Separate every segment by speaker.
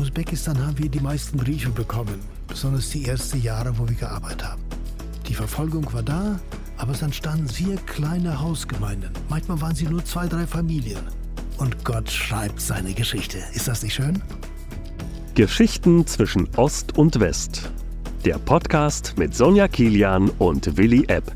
Speaker 1: Usbekistan haben wir die meisten Briefe bekommen, besonders die ersten Jahre, wo wir gearbeitet haben. Die Verfolgung war da, aber es entstanden sehr kleine Hausgemeinden. Manchmal waren sie nur 2, 3 Familien. Und Gott schreibt seine Geschichte. Ist das nicht schön?
Speaker 2: Geschichten zwischen Ost und West. Der Podcast mit Sonja Kilian und Willi Epp.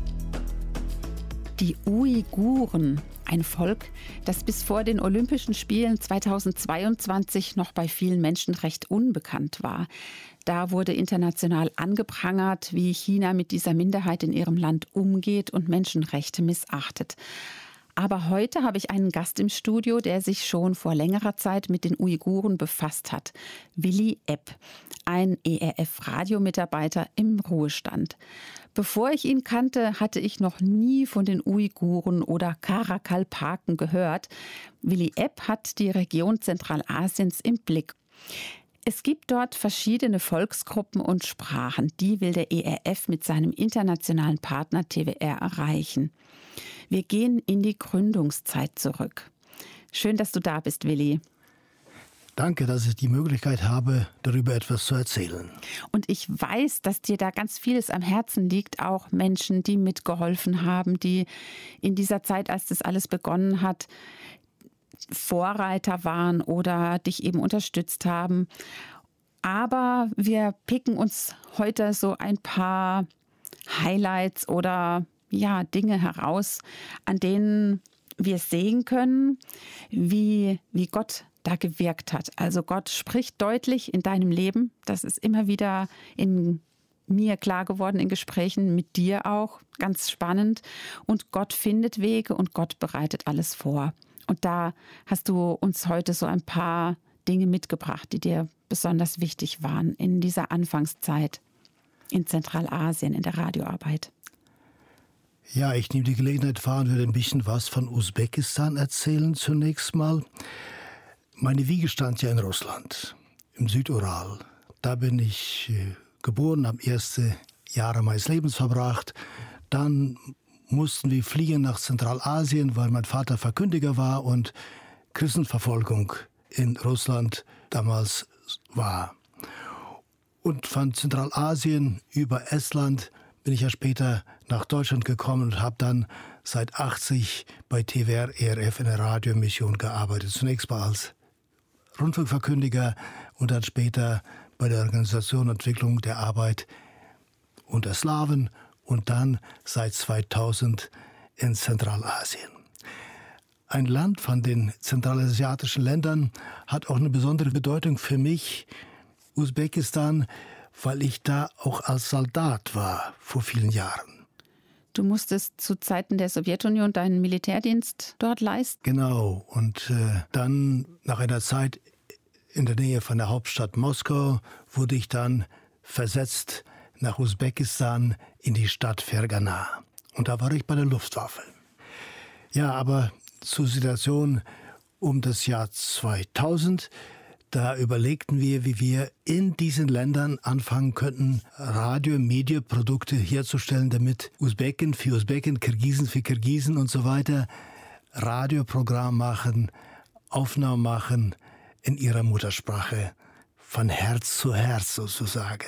Speaker 3: Die Uiguren, ein Volk, das bis vor den Olympischen Spielen 2022 noch bei vielen Menschen recht unbekannt war. Da wurde international angeprangert, wie China mit dieser Minderheit in ihrem Land umgeht und Menschenrechte missachtet. Aber heute habe ich einen Gast im Studio, der sich schon vor längerer Zeit mit den Uiguren befasst hat. Willi Epp, ein ERF-Radiomitarbeiter im Ruhestand. Bevor ich ihn kannte, hatte ich noch nie von den Uiguren oder Karakalpaken gehört. Willi Epp hat die Region Zentralasiens im Blick. Es gibt dort verschiedene Volksgruppen und Sprachen. Die will der ERF mit seinem internationalen Partner TWR erreichen. Wir gehen in die Gründungszeit zurück. Schön, dass du da bist, Willi.
Speaker 1: Danke, dass ich die Möglichkeit habe, darüber etwas zu erzählen.
Speaker 3: Und ich weiß, dass dir da ganz vieles am Herzen liegt, auch Menschen, die mitgeholfen haben, die in dieser Zeit, als das alles begonnen hat, Vorreiter waren oder dich eben unterstützt haben. Aber wir picken uns heute so ein paar Highlights oder Dinge heraus, an denen wir sehen können, wie Gott da gewirkt hat. Also Gott spricht deutlich in deinem Leben. Das ist immer wieder in mir klar geworden in Gesprächen mit dir auch. Ganz spannend. Und Gott findet Wege und Gott bereitet alles vor. Und da hast du uns heute so ein paar Dinge mitgebracht, die dir besonders wichtig waren in dieser Anfangszeit in Zentralasien, in der Radioarbeit.
Speaker 1: Ja, ich nehme die Gelegenheit wahr und würde ein bisschen was von Usbekistan erzählen zunächst mal. Meine Wiege stand ja in Russland, im Südural. Da bin ich geboren, habe erste Jahre meines Lebens verbracht. Dann mussten wir fliehen nach Zentralasien, weil mein Vater Verkündiger war und Christenverfolgung in Russland damals war. Und von Zentralasien über Estland bin ich ja später nach Deutschland gekommen und habe dann seit 80 bei TWR ERF in der Radiomission gearbeitet. Zunächst mal als Rundfunkverkündiger und dann später bei der Organisation und Entwicklung der Arbeit unter Slawen und dann seit 2000 in Zentralasien. Ein Land von den zentralasiatischen Ländern hat auch eine besondere Bedeutung für mich, Usbekistan, weil ich da auch als Soldat war vor vielen Jahren.
Speaker 3: Du musstest zu Zeiten der Sowjetunion deinen Militärdienst dort leisten?
Speaker 1: Genau. Und dann nach einer Zeit in der Nähe von der Hauptstadt Moskau wurde ich dann versetzt nach Usbekistan in die Stadt Fergana. Und da war ich bei der Luftwaffe. Ja, aber zur Situation um das Jahr 2000, da überlegten wir, wie wir in diesen Ländern anfangen könnten, Radio-Media-Produkte herzustellen, damit Usbeken für Usbeken, Kirgisen für Kirgisen und so weiter Radioprogramm machen, Aufnahmen machen in ihrer Muttersprache, von Herz zu Herz sozusagen.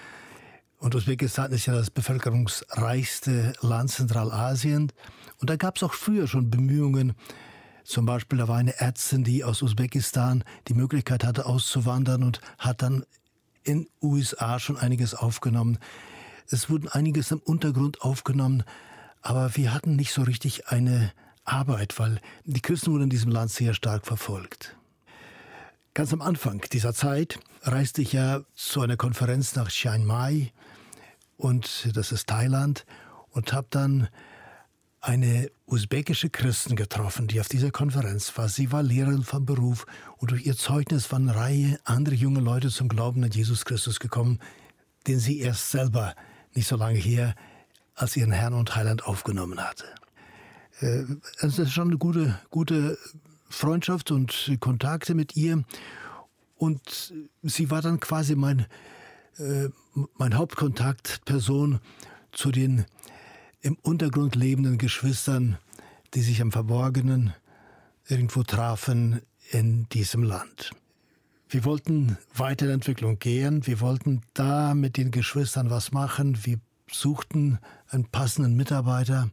Speaker 1: Und Usbekistan ist ja das bevölkerungsreichste Land Zentralasien. Und da gab es auch früher schon Bemühungen. Zum Beispiel, da war eine Ärztin, die aus Usbekistan die Möglichkeit hatte, auszuwandern und hat dann in USA schon einiges aufgenommen. Es wurden einiges im Untergrund aufgenommen, aber wir hatten nicht so richtig eine Arbeit, weil die Christen wurden in diesem Land sehr stark verfolgt. Ganz am Anfang dieser Zeit reiste ich ja zu einer Konferenz nach Chiang Mai, und das ist Thailand, und habe dann eine usbekische Christin getroffen, die auf dieser Konferenz war. Sie war Lehrerin von Beruf und durch ihr Zeugnis waren eine Reihe andere junge Leute zum Glauben an Jesus Christus gekommen, den sie erst selber nicht so lange her als ihren Herrn und Heiland aufgenommen hatte. Es ist schon eine gute Freundschaft und Kontakte mit ihr. Und sie war dann quasi mein Hauptkontaktperson zu den im Untergrund lebenden Geschwistern, die sich im Verborgenen irgendwo trafen in diesem Land. Wir wollten weiter in Entwicklung gehen. Wir wollten da mit den Geschwistern was machen. Wir suchten einen passenden Mitarbeiter.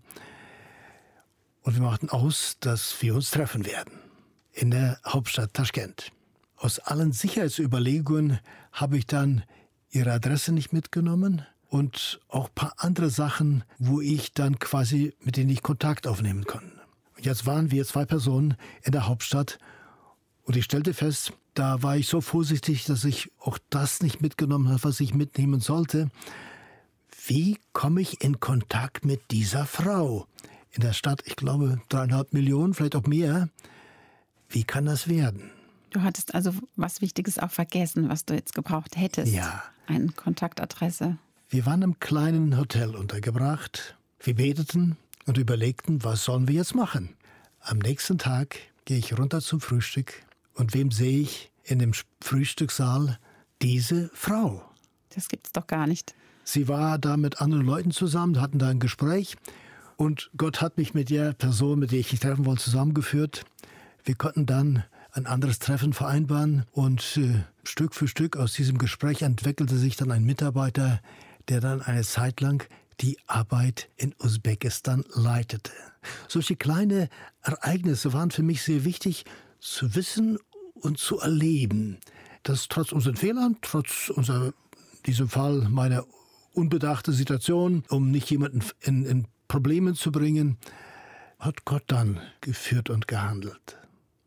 Speaker 1: Und wir machten aus, dass wir uns treffen werden in der Hauptstadt Taschkent. Aus allen Sicherheitsüberlegungen habe ich dann ihre Adresse nicht mitgenommen und auch ein paar andere Sachen, wo ich dann quasi mit denen ich Kontakt aufnehmen konnte. Und jetzt waren wir 2 Personen in der Hauptstadt und ich stellte fest, da war ich so vorsichtig, dass ich auch das nicht mitgenommen habe, was ich mitnehmen sollte. Wie komme ich in Kontakt mit dieser Frau? In der Stadt, ich glaube, 3,5 Millionen, vielleicht auch mehr. Wie kann das werden?
Speaker 3: Du hattest also was Wichtiges auch vergessen, was du jetzt gebraucht hättest.
Speaker 1: Ja.
Speaker 3: Eine Kontaktadresse.
Speaker 1: Wir waren im kleinen Hotel untergebracht. Wir beteten und überlegten, was sollen wir jetzt machen? Am nächsten Tag gehe ich runter zum Frühstück. Und wem sehe ich in dem Frühstückssaal? Diese Frau.
Speaker 3: Das gibt's doch gar nicht.
Speaker 1: Sie war da mit anderen Leuten zusammen, hatten da ein Gespräch. Und Gott hat mich mit der Person, mit der ich mich treffen wollte, zusammengeführt. Wir konnten dann ein anderes Treffen vereinbaren. Und Stück für Stück aus diesem Gespräch entwickelte sich dann ein Mitarbeiter, der dann eine Zeit lang die Arbeit in Usbekistan leitete. Solche kleine Ereignisse waren für mich sehr wichtig, zu wissen und zu erleben, dass trotz unseren Fehlern, trotz in diesem Fall meiner unbedachten Situation, um nicht jemanden in Probleme zu bringen, hat Gott dann geführt und gehandelt.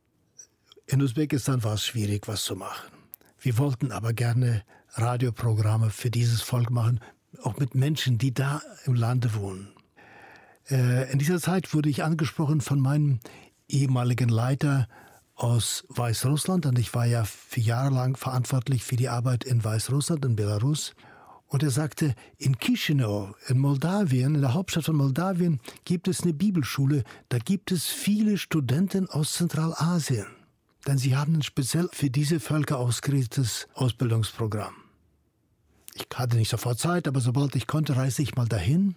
Speaker 1: In Usbekistan war es schwierig, was zu machen. Wir wollten aber gerne Radioprogramme für dieses Volk machen, auch mit Menschen, die da im Lande wohnen. In dieser Zeit wurde ich angesprochen von meinem ehemaligen Leiter aus Weißrussland. Und ich war ja 4 Jahre lang verantwortlich für die Arbeit in Weißrussland, in Belarus. Und er sagte, in Chisinau, in Moldawien, in der Hauptstadt von Moldawien, gibt es eine Bibelschule. Da gibt es viele Studenten aus Zentralasien. Denn sie haben ein speziell für diese Völker ausgerichtetes Ausbildungsprogramm. Ich hatte nicht sofort Zeit, aber sobald ich konnte, reiste ich mal dahin.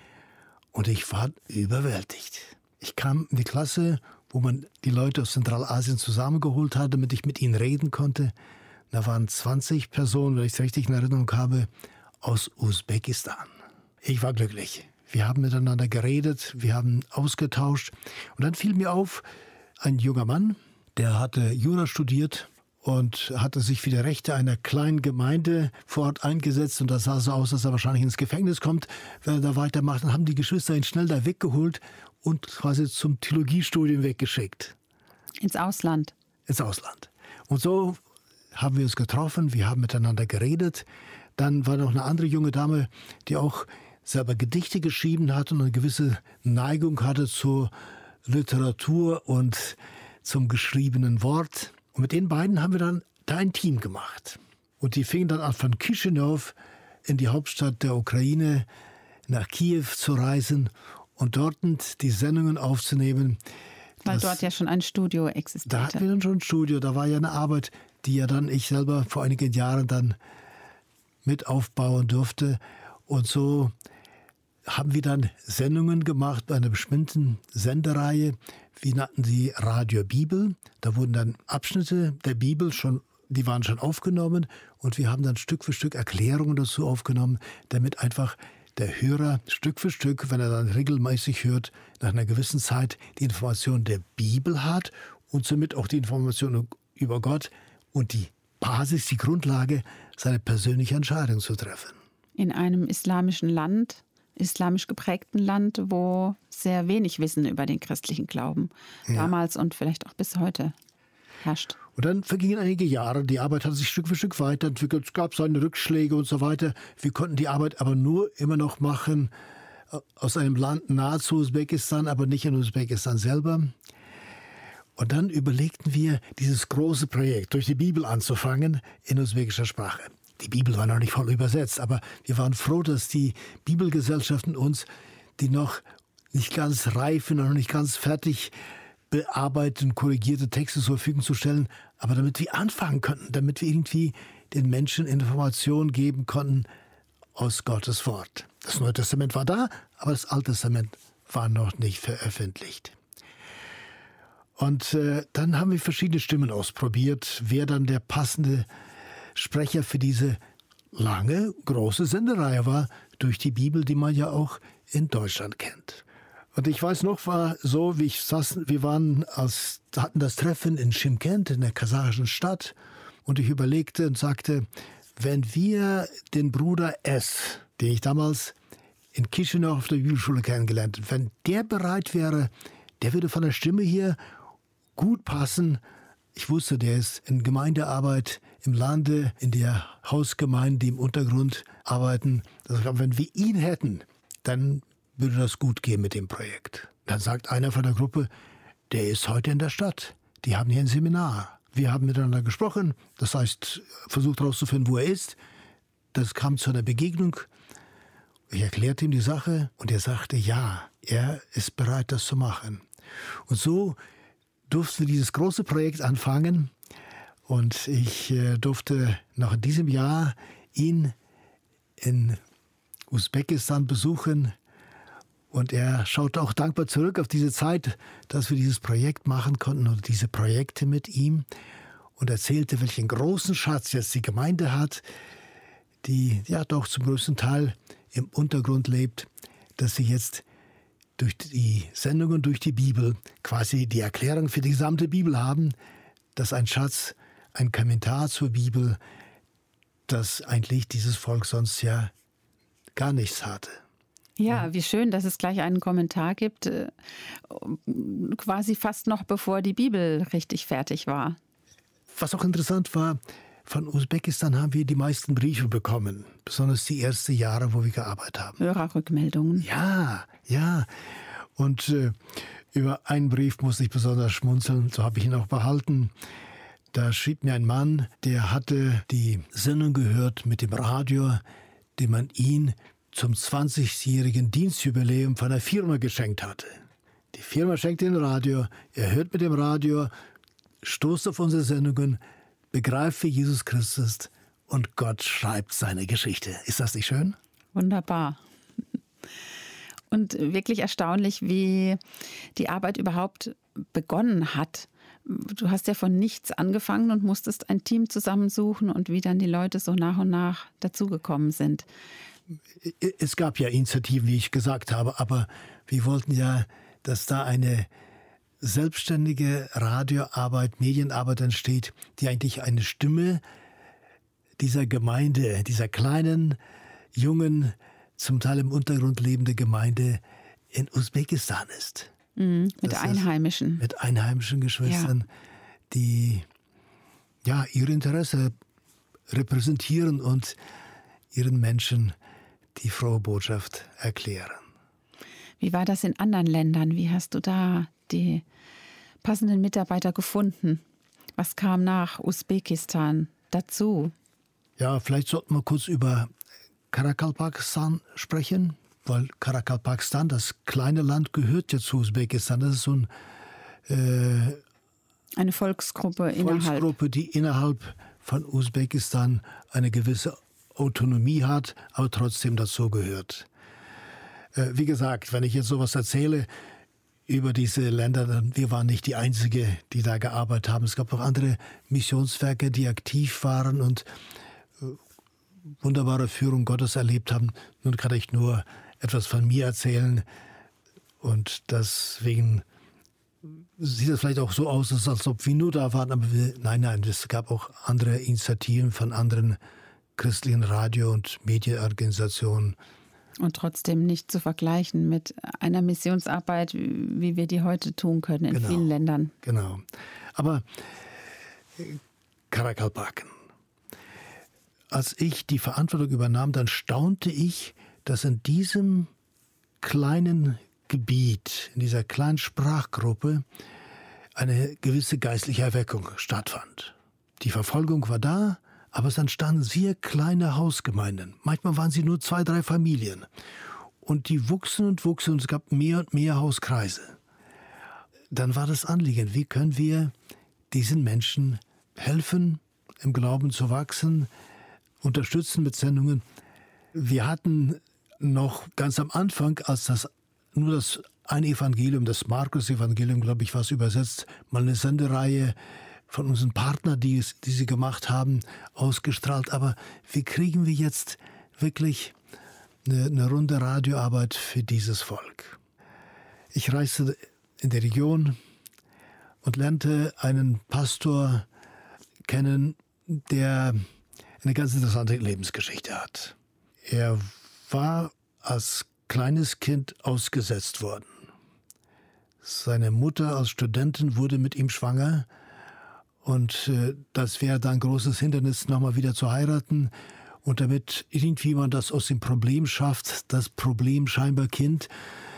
Speaker 1: Und ich war überwältigt. Ich kam in die Klasse, wo man die Leute aus Zentralasien zusammengeholt hat, damit ich mit ihnen reden konnte. Da waren 20 Personen, wenn ich es richtig in Erinnerung habe, aus Usbekistan. Ich war glücklich. Wir haben miteinander geredet, wir haben ausgetauscht. Und dann fiel mir auf, ein junger Mann, der hatte Jura studiert und hatte sich für die Rechte einer kleinen Gemeinde vor Ort eingesetzt. Und das sah so aus, dass er wahrscheinlich ins Gefängnis kommt, wenn er da weitermacht. Dann haben die Geschwister ihn schnell da weggeholt und quasi zum Theologiestudium weggeschickt.
Speaker 3: Ins Ausland?
Speaker 1: Ins Ausland. Und so haben wir uns getroffen, wir haben miteinander geredet. Dann war noch eine andere junge Dame, die auch selber Gedichte geschrieben hat und eine gewisse Neigung hatte zur Literatur und zum geschriebenen Wort. Und mit den beiden haben wir dann da ein Team gemacht. Und die fingen dann an, von Chisinau in die Hauptstadt der Ukraine nach Kiew zu reisen und dort die Sendungen aufzunehmen.
Speaker 3: Weil dort ja schon ein Studio existierte.
Speaker 1: Da hatten wir dann schon ein Studio. Da war ja eine Arbeit, die ja dann ich selber vor einigen Jahren dann mit aufbauen durfte. Und so haben wir dann Sendungen gemacht bei einer bestimmten Sendereihe. Wir nannten sie Radio Bibel. Da wurden dann Abschnitte der Bibel die waren schon aufgenommen. Und wir haben dann Stück für Stück Erklärungen dazu aufgenommen, damit einfach der Hörer Stück für Stück, wenn er dann regelmäßig hört, nach einer gewissen Zeit die Information der Bibel hat und somit auch die Information über Gott und die Basis, die Grundlage, seine persönliche Entscheidung zu treffen.
Speaker 3: In einem islamischen Land, islamisch geprägten Land, wo sehr wenig Wissen über den christlichen Glauben damals und vielleicht auch bis heute herrscht.
Speaker 1: Und dann vergingen einige Jahre, die Arbeit hat sich Stück für Stück weiterentwickelt, es gab seine Rückschläge und so weiter. Wir konnten die Arbeit aber nur immer noch machen aus einem Land nahe zu Usbekistan, aber nicht in Usbekistan selber. Und dann überlegten wir, dieses große Projekt durch die Bibel anzufangen in usbekischer Sprache. Die Bibel war noch nicht voll übersetzt, aber wir waren froh, dass die Bibelgesellschaften uns die noch nicht ganz reifen, noch nicht ganz fertig bearbeiteten, korrigierte Texte zur Verfügung zu stellen, aber damit wir anfangen konnten, damit wir irgendwie den Menschen Informationen geben konnten aus Gottes Wort. Das Neue Testament war da, aber das Alte Testament war noch nicht veröffentlicht. Und dann haben wir verschiedene Stimmen ausprobiert, wer dann der passende Sprecher für diese lange, große Sendereihe war, durch die Bibel, die man ja auch in Deutschland kennt. Und ich weiß noch, war so, wir hatten das Treffen in Chimkent, in der kasachischen Stadt, und ich überlegte und sagte, wenn wir den Bruder S., den ich damals in Chisinau auf der Bibelschule kennengelernt habe, wenn der bereit wäre, der würde von der Stimme hier gut passen. Ich wusste, der ist in Gemeindearbeit im Lande, in der Hausgemeinde, die im Untergrund arbeiten. Also, wenn wir ihn hätten, dann würde das gut gehen mit dem Projekt. Dann sagt einer von der Gruppe, der ist heute in der Stadt. Die haben hier ein Seminar. Wir haben miteinander gesprochen, das heißt, versucht herauszufinden, wo er ist. Das kam zu einer Begegnung. Ich erklärte ihm die Sache und er sagte, ja, er ist bereit, das zu machen. Und so durften wir dieses große Projekt anfangen und ich durfte noch in diesem Jahr ihn in Usbekistan besuchen und er schaute auch dankbar zurück auf diese Zeit, dass wir dieses Projekt machen konnten oder diese Projekte mit ihm und erzählte, welchen großen Schatz jetzt die Gemeinde hat, die ja doch zum größten Teil im Untergrund lebt, dass sie jetzt durch die Sendungen durch die Bibel quasi die Erklärung für die gesamte Bibel haben, dass ein Schatz, ein Kommentar zur Bibel, das eigentlich dieses Volk sonst ja gar nichts hatte.
Speaker 3: Ja, wie schön, dass es gleich einen Kommentar gibt, quasi fast noch bevor die Bibel richtig fertig war.
Speaker 1: Was auch interessant war, von Usbekistan haben wir die meisten Briefe bekommen, besonders die ersten Jahre, wo wir gearbeitet haben.
Speaker 3: Hörerrückmeldungen.
Speaker 1: Ja. Und über einen Brief musste ich besonders schmunzeln, so habe ich ihn auch behalten. Da schrieb mir ein Mann, der hatte die Sendung gehört mit dem Radio, den man ihn zum 20-jährigen Dienstjubiläum von der Firma geschenkt hatte. Die Firma schenkt ihm ein Radio, er hört mit dem Radio, stoßt auf unsere Sendungen, begreift für Jesus Christus und Gott schreibt seine Geschichte. Ist das nicht schön?
Speaker 3: Wunderbar. Und wirklich erstaunlich, wie die Arbeit überhaupt begonnen hat. Du hast ja von nichts angefangen und musstest ein Team zusammensuchen und wie dann die Leute so nach und nach dazugekommen sind.
Speaker 1: Es gab ja Initiativen, wie ich gesagt habe, aber wir wollten ja, dass da eine selbstständige Radioarbeit, Medienarbeit entsteht, die eigentlich eine Stimme dieser Gemeinde, dieser kleinen, jungen, zum Teil im Untergrund lebende Gemeinde in Usbekistan ist.
Speaker 3: Mit Einheimischen.
Speaker 1: Mit einheimischen Geschwistern, die ja ihre Interesse repräsentieren und ihren Menschen die frohe Botschaft erklären.
Speaker 3: Wie war das in anderen Ländern? Wie hast du da die passenden Mitarbeiter gefunden? Was kam nach Usbekistan dazu?
Speaker 1: Ja, vielleicht sollten wir kurz über Karakalpakstan sprechen, weil Karakalpakstan, das kleine Land, gehört ja zu Usbekistan. Das ist so
Speaker 3: eine Volksgruppe
Speaker 1: die innerhalb von Usbekistan eine gewisse Autonomie hat, aber trotzdem dazu gehört. Wie gesagt, wenn ich jetzt sowas erzähle über diese Länder, dann wir waren nicht die Einzige, die da gearbeitet haben. Es gab auch andere Missionswerke, die aktiv waren und wunderbare Führung Gottes erlebt haben. Nun kann ich nur etwas von mir erzählen und deswegen sieht es vielleicht auch so aus, als ob wir nur da waren, aber nein, es gab auch andere Initiativen von anderen christlichen Radio- und Medienorganisationen.
Speaker 3: Und trotzdem nicht zu vergleichen mit einer Missionsarbeit, wie wir die heute tun können in vielen Ländern.
Speaker 1: Genau. Aber Karakalpakstan. Als ich die Verantwortung übernahm, dann staunte ich, dass in diesem kleinen Gebiet, in dieser kleinen Sprachgruppe, eine gewisse geistliche Erweckung stattfand. Die Verfolgung war da, aber es entstanden sehr kleine Hausgemeinden. Manchmal waren sie nur 2, 3 Familien. Und die wuchsen und wuchsen und es gab mehr und mehr Hauskreise. Dann war das Anliegen, wie können wir diesen Menschen helfen, im Glauben zu wachsen, unterstützen mit Sendungen. Wir hatten noch ganz am Anfang, als das nur das ein Evangelium, das Markus-Evangelium, glaube ich, was übersetzt, mal eine Sendereihe von unseren Partnern, die sie gemacht haben, ausgestrahlt. Aber wie kriegen wir jetzt wirklich eine runde Radioarbeit für dieses Volk? Ich reiste in der Region und lernte einen Pastor kennen, der eine ganz interessante Lebensgeschichte hat. Er war als kleines Kind ausgesetzt worden. Seine Mutter als Studentin wurde mit ihm schwanger und das wäre dann ein großes Hindernis, nochmal wieder zu heiraten. Und damit irgendwie man das aus dem Problem schafft, das Problem scheinbar Kind,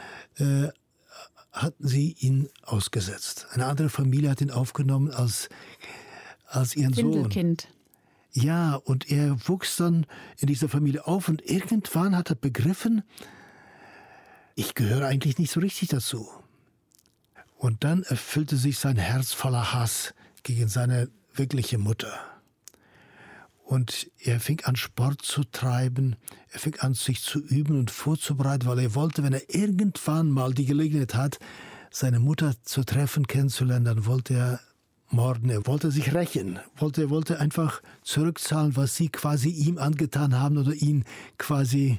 Speaker 1: hatten sie ihn ausgesetzt. Eine andere Familie hat ihn aufgenommen als ihren
Speaker 3: Findelkind.
Speaker 1: Sohn. Ja, und er wuchs dann in dieser Familie auf und irgendwann hat er begriffen, ich gehöre eigentlich nicht so richtig dazu. Und dann erfüllte sich sein Herz voller Hass gegen seine wirkliche Mutter. Und er fing an, Sport zu treiben, er fing an, sich zu üben und vorzubereiten, weil er wollte, wenn er irgendwann mal die Gelegenheit hat, seine Mutter zu treffen, kennenzulernen, dann wollte er morden, er wollte sich rächen, er wollte einfach zurückzahlen, was sie quasi ihm angetan haben oder ihn quasi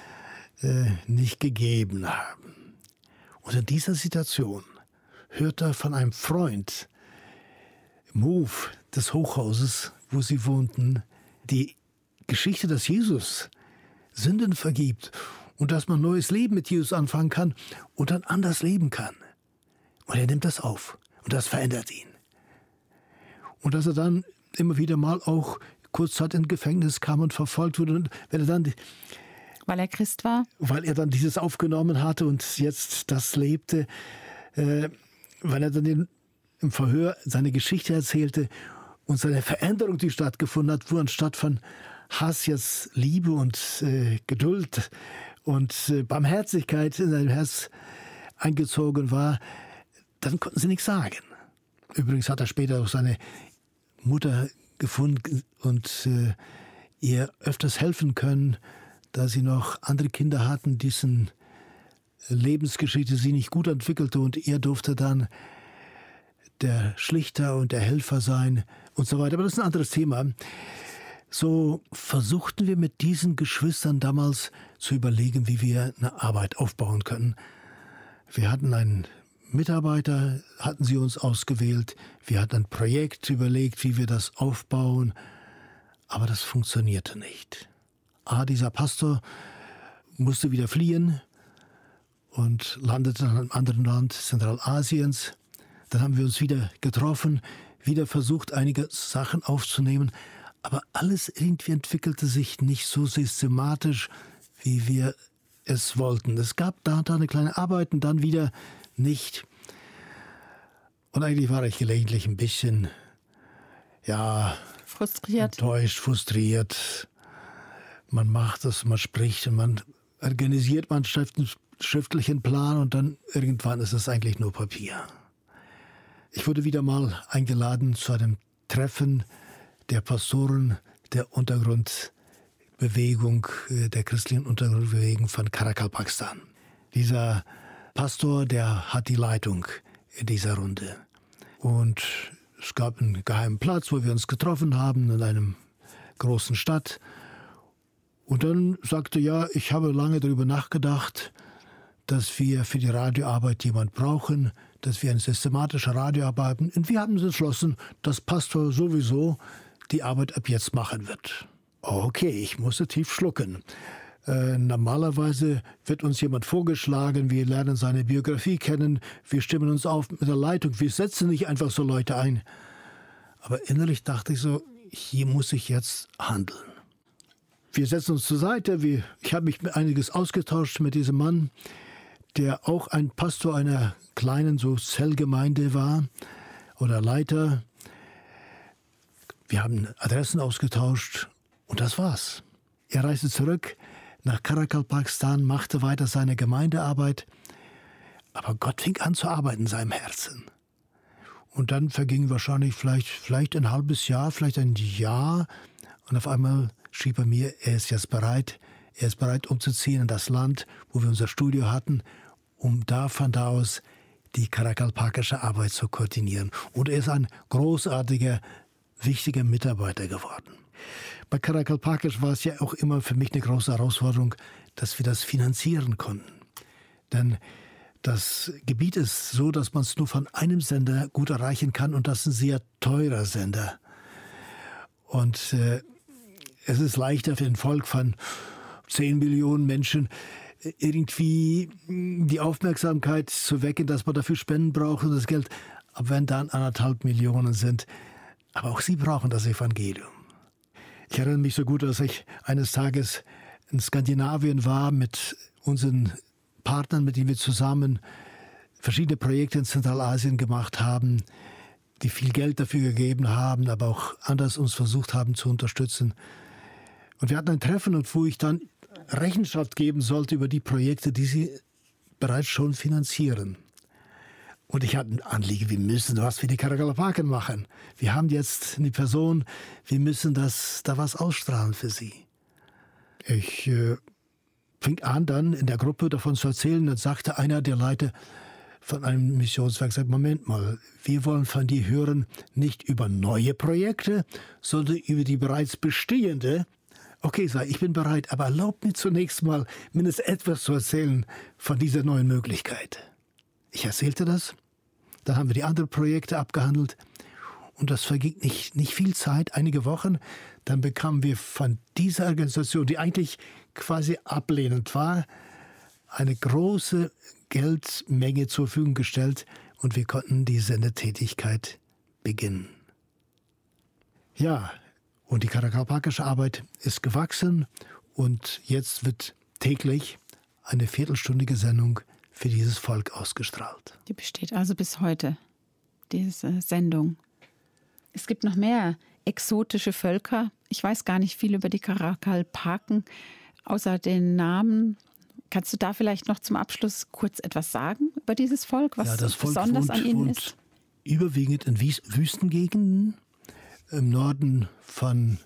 Speaker 1: nicht gegeben haben. Und in dieser Situation hört er von einem Freund im Hof des Hochhauses, wo sie wohnten, die Geschichte, dass Jesus Sünden vergibt und dass man neues Leben mit Jesus anfangen kann und dann anders leben kann. Und er nimmt das auf und das verändert ihn. Und dass er dann immer wieder mal auch kurzzeit in Gefängnis kam und verfolgt wurde. Und wenn er dann,
Speaker 3: weil er Christ war?
Speaker 1: Weil er dann dieses aufgenommen hatte und jetzt das lebte. Weil er dann im Verhör seine Geschichte erzählte und seine Veränderung, die stattgefunden hat, wo anstatt von Hass jetzt Liebe und Geduld und Barmherzigkeit in seinem Herz eingezogen war, dann konnten sie nichts sagen. Übrigens hat er später auch seine Mutter gefunden und ihr öfters helfen können, da sie noch andere Kinder hatten, dessen Lebensgeschichte sie nicht gut entwickelte und er durfte dann der Schlichter und der Helfer sein und so weiter. Aber das ist ein anderes Thema. So versuchten wir mit diesen Geschwistern damals zu überlegen, wie wir eine Arbeit aufbauen können. Wir hatten einen Mitarbeiter, hatten sie uns ausgewählt. Wir hatten ein Projekt überlegt, wie wir das aufbauen. Aber das funktionierte nicht. Dieser Pastor musste wieder fliehen und landete in einem anderen Land Zentralasiens. Dann haben wir uns wieder getroffen, wieder versucht, einige Sachen aufzunehmen. Aber alles irgendwie entwickelte sich nicht so systematisch, wie wir es wollten. Es gab da und da eine kleine Arbeit und dann wieder nicht. Und eigentlich war ich gelegentlich ein bisschen,
Speaker 3: frustriert.
Speaker 1: Enttäuscht, frustriert. Man macht es, man spricht und man organisiert man einen schriftlichen Plan und dann irgendwann ist es eigentlich nur Papier. Ich wurde wieder mal eingeladen zu einem Treffen der Pastoren der Untergrundbewegung, der christlichen Untergrundbewegung von Karakalpakstan. Dieser Pastor, der hat die Leitung in dieser Runde. Und es gab einen geheimen Platz, wo wir uns getroffen haben, in einem großen Stadt. Und dann sagte er, ich habe lange darüber nachgedacht, dass wir für die Radioarbeit jemand brauchen, dass wir eine systematische Radioarbeit haben. Und wir haben entschlossen, dass Pastor sowieso die Arbeit ab jetzt machen wird. Okay, ich musste tief schlucken. Normalerweise wird uns jemand vorgeschlagen, wir lernen seine Biografie kennen, wir stimmen uns auf mit der Leitung, wir setzen nicht einfach so Leute ein. Aber innerlich dachte ich so, hier muss ich jetzt handeln. Wir setzen uns zur Seite, ich habe mich einiges ausgetauscht mit diesem Mann, der auch ein Pastor einer kleinen so Zellgemeinde war oder Leiter. Wir haben Adressen ausgetauscht und das war's. Er reiste zurück nach Karakalpakstan, machte weiter seine Gemeindearbeit, aber Gott fing an zu arbeiten in seinem Herzen. Und dann verging wahrscheinlich vielleicht ein halbes Jahr, vielleicht ein Jahr und auf einmal schrieb er mir, er ist bereit umzuziehen in das Land, wo wir unser Studio hatten um von da aus die karakalpakische Arbeit zu koordinieren. Und er ist ein großartiger, wichtiger Mitarbeiter geworden. Bei Karakalpakisch war es ja auch immer für mich eine große Herausforderung, dass wir das finanzieren konnten. Denn das Gebiet ist so, dass man es nur von einem Sender gut erreichen kann und das ist ein sehr teurer Sender. Und es ist leichter für ein Volk von 10 Millionen Menschen irgendwie die Aufmerksamkeit zu wecken, dass man dafür Spenden braucht und das Geld. Aber wenn dann 1,5 Millionen sind, aber auch sie brauchen das Evangelium. Ich erinnere mich so gut, dass ich eines Tages in Skandinavien war mit unseren Partnern, mit denen wir zusammen verschiedene Projekte in Zentralasien gemacht haben, die viel Geld dafür gegeben haben, aber auch anders uns versucht haben zu unterstützen. Und wir hatten ein Treffen, wo ich dann Rechenschaft geben sollte über die Projekte, die sie bereits schon finanzieren. Und ich hatte ein Anliegen, wir müssen was für die Karakalpaken machen. Wir haben jetzt eine Person, wir müssen da was ausstrahlen für sie. Ich fing an, dann in der Gruppe davon zu erzählen. Dann sagte einer der Leiter von einem Missionswerk, sagt, Moment mal, wir wollen von dir hören, nicht über neue Projekte, sondern über die bereits bestehende. Okay, sag ich bin bereit, aber erlaubt mir zunächst mal mindestens etwas zu erzählen von dieser neuen Möglichkeit. Ich erzählte das, dann haben wir die anderen Projekte abgehandelt und das verging nicht viel Zeit, einige Wochen. Dann bekamen wir von dieser Organisation, die eigentlich quasi ablehnend war, eine große Geldmenge zur Verfügung gestellt und wir konnten die Sendetätigkeit beginnen. Ja, und die karakalpakische Arbeit ist gewachsen und jetzt wird täglich eine viertelstündige Sendung für dieses Volk ausgestrahlt.
Speaker 3: Die besteht also bis heute, diese Sendung. Es gibt noch mehr exotische Völker. Ich weiß gar nicht viel über die Karakalpaken, außer den Namen. Kannst du da vielleicht noch zum Abschluss kurz etwas sagen über dieses Volk, was
Speaker 1: das Volk
Speaker 3: besonders an ihnen ist?
Speaker 1: Überwiegend in Wüstengegenden im Norden von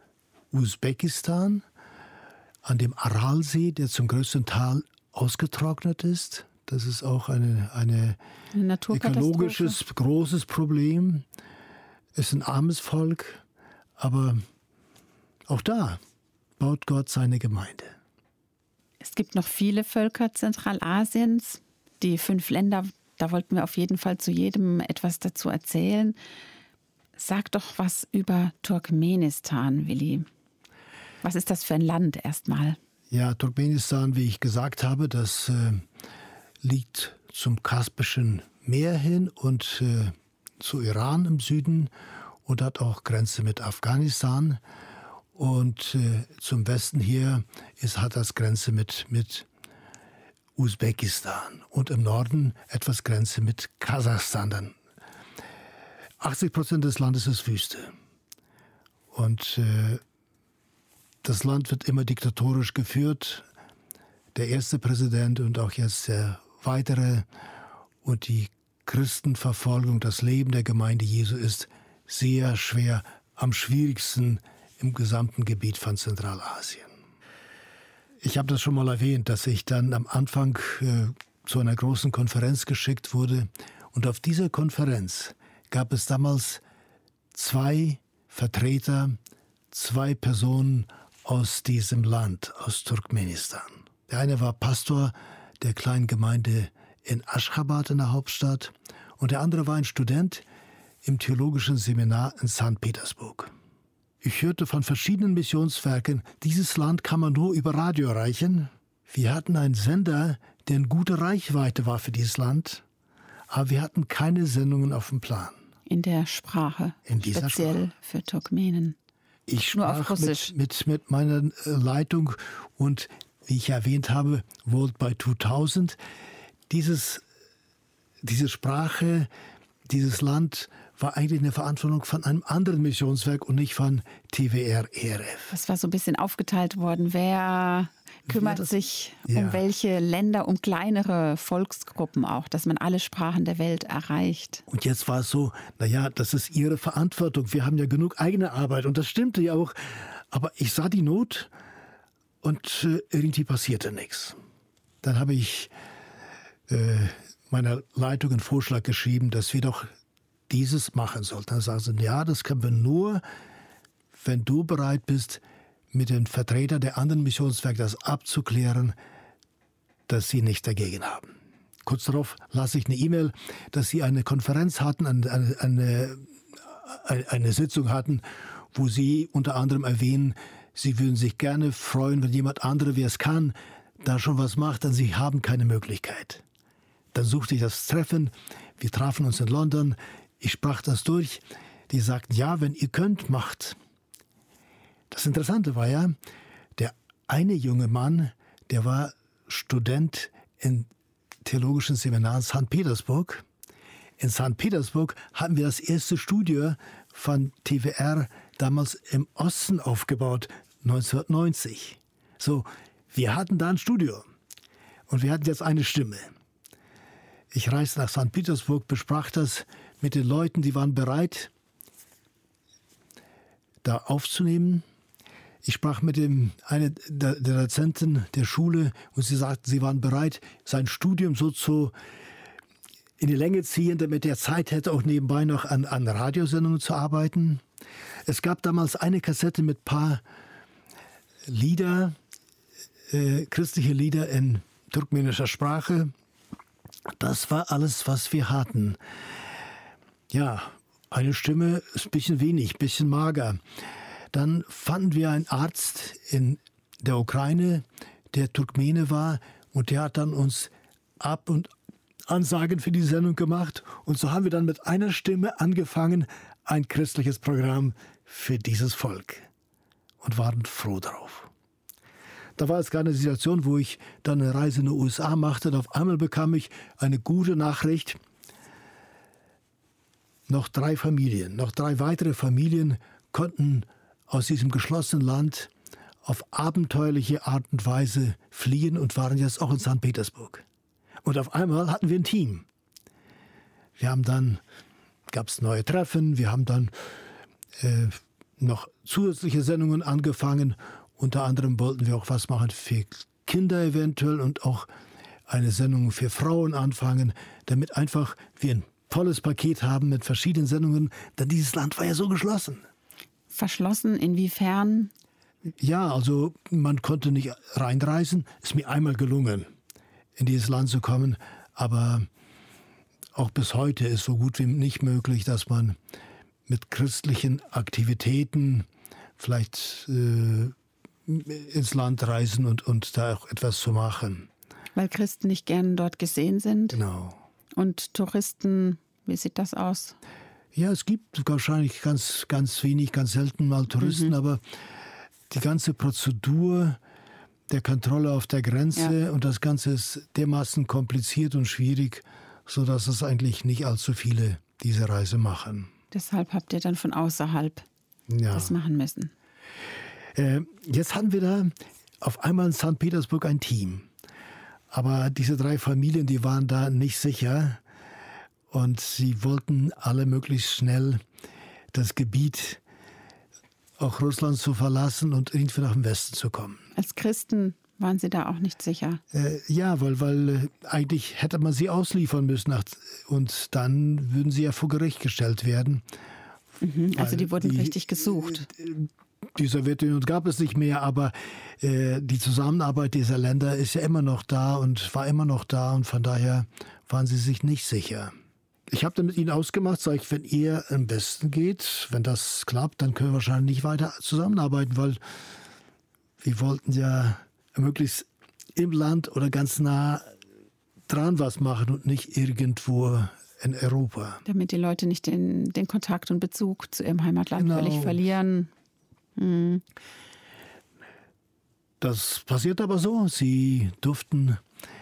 Speaker 1: Usbekistan, an dem Aralsee, der zum größten Teil ausgetrocknet ist. Das ist auch eine ökologisches großes Problem. Es ist ein armes Volk, aber auch da baut Gott seine Gemeinde.
Speaker 3: Es gibt noch viele Völker Zentralasiens, die 5 Länder, da wollten wir auf jeden Fall zu jedem etwas dazu erzählen. Sag doch was über Turkmenistan, Willi. Was ist das für ein Land erstmal?
Speaker 1: Ja, Turkmenistan, wie ich gesagt habe, das liegt zum Kaspischen Meer hin und zu Iran im Süden und hat auch Grenze mit Afghanistan. Und zum Westen hier hat das Grenze mit Usbekistan und im Norden etwas Grenze mit Kasachstan. Dann 80% des Landes ist Wüste. Und das Land wird immer diktatorisch geführt. Der erste Präsident und auch jetzt der weitere. Und die Christenverfolgung, das Leben der Gemeinde Jesu ist sehr schwer, am schwierigsten im gesamten Gebiet von Zentralasien. Ich habe das schon mal erwähnt, dass ich dann am Anfang zu einer großen Konferenz geschickt wurde. Und auf dieser Konferenz gab es damals 2 Vertreter, 2 Personen aus diesem Land, aus Turkmenistan. Der eine war Pastor der kleinen Gemeinde in Aschchabad in der Hauptstadt und der andere war ein Student im theologischen Seminar in St. Petersburg. Ich hörte von verschiedenen Missionswerken, dieses Land kann man nur über Radio erreichen. Wir hatten einen Sender, der eine gute Reichweite war für dieses Land, aber wir hatten keine Sendungen auf dem Plan.
Speaker 3: In der Sprache,
Speaker 1: in dieser
Speaker 3: speziell
Speaker 1: Sprache.
Speaker 3: Für Turkmenen.
Speaker 1: Ich sprach mit meiner Leitung und, wie ich erwähnt habe, World by 2000. Diese Sprache, dieses Land war eigentlich eine Verantwortung von einem anderen Missionswerk und nicht von TWR-ERF.
Speaker 3: Das war so ein bisschen aufgeteilt worden. Wer kümmert sich um welche Länder, um kleinere Volksgruppen auch, dass man alle Sprachen der Welt erreicht.
Speaker 1: Und jetzt war es so, das ist ihre Verantwortung. Wir haben ja genug eigene Arbeit und das stimmte ja auch. Aber ich sah die Not und irgendwie passierte nichts. Dann habe ich meiner Leitung einen Vorschlag geschrieben, dass wir doch dieses machen sollten. Dann sagen sie, ja, das können wir nur, wenn du bereit bist, mit den Vertretern der anderen Missionswerke das abzuklären, dass sie nichts dagegen haben. Kurz darauf las ich eine E-Mail, dass sie eine Konferenz hatten, eine Sitzung hatten, wo sie unter anderem erwähnen, sie würden sich gerne freuen, wenn jemand andere, wer es kann, da schon was macht, denn sie haben keine Möglichkeit. Dann suchte ich das Treffen, wir trafen uns in London, ich sprach das durch, die sagten, ja, wenn ihr könnt, macht. Das Interessante war ja, der eine junge Mann, der war Student im Theologischen Seminar in St. Petersburg. In St. Petersburg hatten wir das erste Studio von TWR damals im Osten aufgebaut, 1990. So, wir hatten da ein Studio und wir hatten jetzt eine Stimme. Ich reiste nach St. Petersburg, besprach das mit den Leuten, die waren bereit, da aufzunehmen. Ich sprach mit einer der Dozenten der Schule und sie sagten, sie waren bereit, sein Studium so in die Länge ziehen, damit er Zeit hätte, auch nebenbei noch an Radiosendungen zu arbeiten. Es gab damals eine Kassette mit ein paar Lieder, christliche Lieder in turkmenischer Sprache. Das war alles, was wir hatten. Ja, eine Stimme ist ein bisschen wenig, ein bisschen mager. Dann fanden wir einen Arzt in der Ukraine, der Turkmene war, und der hat dann uns Ab- und Ansagen für die Sendung gemacht. Und so haben wir dann mit einer Stimme angefangen, ein christliches Programm für dieses Volk. Und waren froh darauf. Da war es gerade eine Situation, wo ich dann eine Reise in die USA machte. Und auf einmal bekam ich eine gute Nachricht. Noch 3 weitere Familien konnten aus diesem geschlossenen Land auf abenteuerliche Art und Weise fliehen und waren jetzt auch in St. Petersburg. Und auf einmal hatten wir ein Team. Gab es neue Treffen, wir haben dann noch zusätzliche Sendungen angefangen. Unter anderem wollten wir auch was machen für Kinder eventuell und auch eine Sendung für Frauen anfangen, damit einfach wir ein volles Paket haben mit verschiedenen Sendungen, denn dieses Land war ja so geschlossen.
Speaker 3: Verschlossen inwiefern?
Speaker 1: Ja, also man konnte nicht reinreisen. Ist mir einmal gelungen, in dieses Land zu kommen. Aber auch bis heute ist so gut wie nicht möglich, dass man mit christlichen Aktivitäten vielleicht ins Land reisen und da auch etwas zu machen.
Speaker 3: Weil Christen nicht gern dort gesehen sind?
Speaker 1: Genau.
Speaker 3: Und Touristen, wie sieht das aus?
Speaker 1: Ja, es gibt wahrscheinlich ganz wenig, ganz selten mal Touristen, aber die ganze Prozedur der Kontrolle auf der Grenze und das Ganze ist dermaßen kompliziert und schwierig, sodass es eigentlich nicht allzu viele diese Reise machen.
Speaker 3: Deshalb habt ihr dann von außerhalb das machen müssen.
Speaker 1: Jetzt hatten wir da auf einmal in St. Petersburg ein Team. Aber diese 3 Familien, die waren da nicht sicher. Und sie wollten alle möglichst schnell das Gebiet, auch Russland zu verlassen und irgendwie nach dem Westen zu kommen.
Speaker 3: Als Christen waren Sie da auch nicht sicher?
Speaker 1: Ja, weil eigentlich hätte man sie ausliefern müssen und dann würden sie ja vor Gericht gestellt werden.
Speaker 3: Also die wurden richtig gesucht.
Speaker 1: Die Sowjetunion gab es nicht mehr, aber die Zusammenarbeit dieser Länder ist ja immer noch da und war immer noch da und von daher waren sie sich nicht sicher. Ich habe dann mit ihnen ausgemacht, sage ich, wenn ihr am Westen geht, wenn das klappt, dann können wir wahrscheinlich nicht weiter zusammenarbeiten, weil wir wollten ja möglichst im Land oder ganz nah dran was machen und nicht irgendwo in Europa.
Speaker 3: Damit die Leute nicht den Kontakt und Bezug zu ihrem Heimatland völlig verlieren.
Speaker 1: Das passiert aber so. Sie durften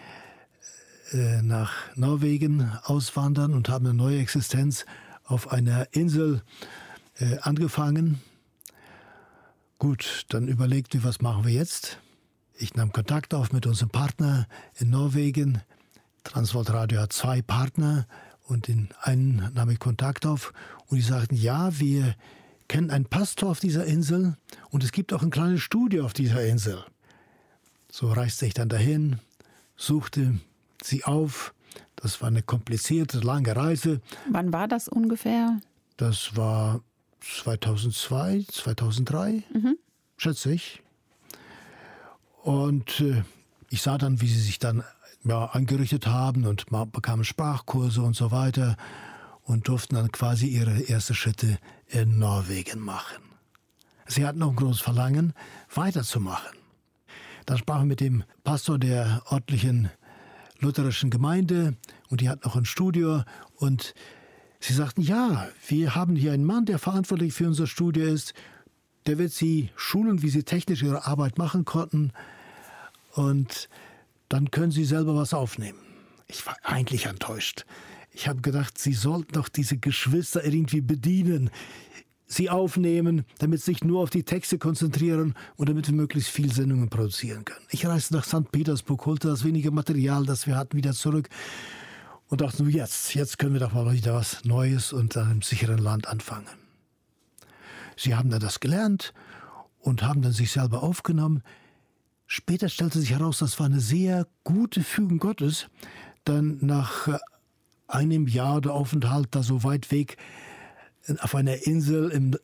Speaker 1: nach Norwegen auswandern und haben eine neue Existenz auf einer Insel angefangen. Gut, dann überlegten wir, was machen wir jetzt? Ich nahm Kontakt auf mit unserem Partner in Norwegen. Transworld Radio hat 2 Partner und in einen nahm ich Kontakt auf und die sagten, ja, wir kennen einen Pastor auf dieser Insel und es gibt auch ein kleines Studio auf dieser Insel. So reiste ich dann dahin, suchte sie auf. Das war eine komplizierte, lange Reise.
Speaker 3: Wann war das ungefähr?
Speaker 1: Das war 2002, 2003, schätze ich. Und ich sah dann, wie sie sich dann eingerichtet haben und bekamen Sprachkurse und so weiter und durften dann quasi ihre ersten Schritte in Norwegen machen. Sie hatten auch ein großes Verlangen, weiterzumachen. Dann sprachen wir mit dem Pastor der örtlichen lutherischen Gemeinde und die hatten auch ein Studio und sie sagten, ja, wir haben hier einen Mann, der verantwortlich für unser Studio ist, der wird sie schulen, wie sie technisch ihre Arbeit machen konnten und dann können sie selber was aufnehmen. Ich war eigentlich enttäuscht. Ich habe gedacht, sie sollten doch diese Geschwister irgendwie bedienen, sie aufnehmen, damit sie sich nur auf die Texte konzentrieren und damit wir möglichst viel Sendungen produzieren können. Ich reiste nach St. Petersburg, holte das wenige Material, das wir hatten, wieder zurück und dachte, jetzt können wir doch mal wieder was Neues und an einem sicheren Land anfangen. Sie haben dann das gelernt und haben dann sich selber aufgenommen. Später stellte sich heraus, das war eine sehr gute Fügung Gottes. Dann nach einem Jahr der Aufenthalt da so weit weg auf einer Insel im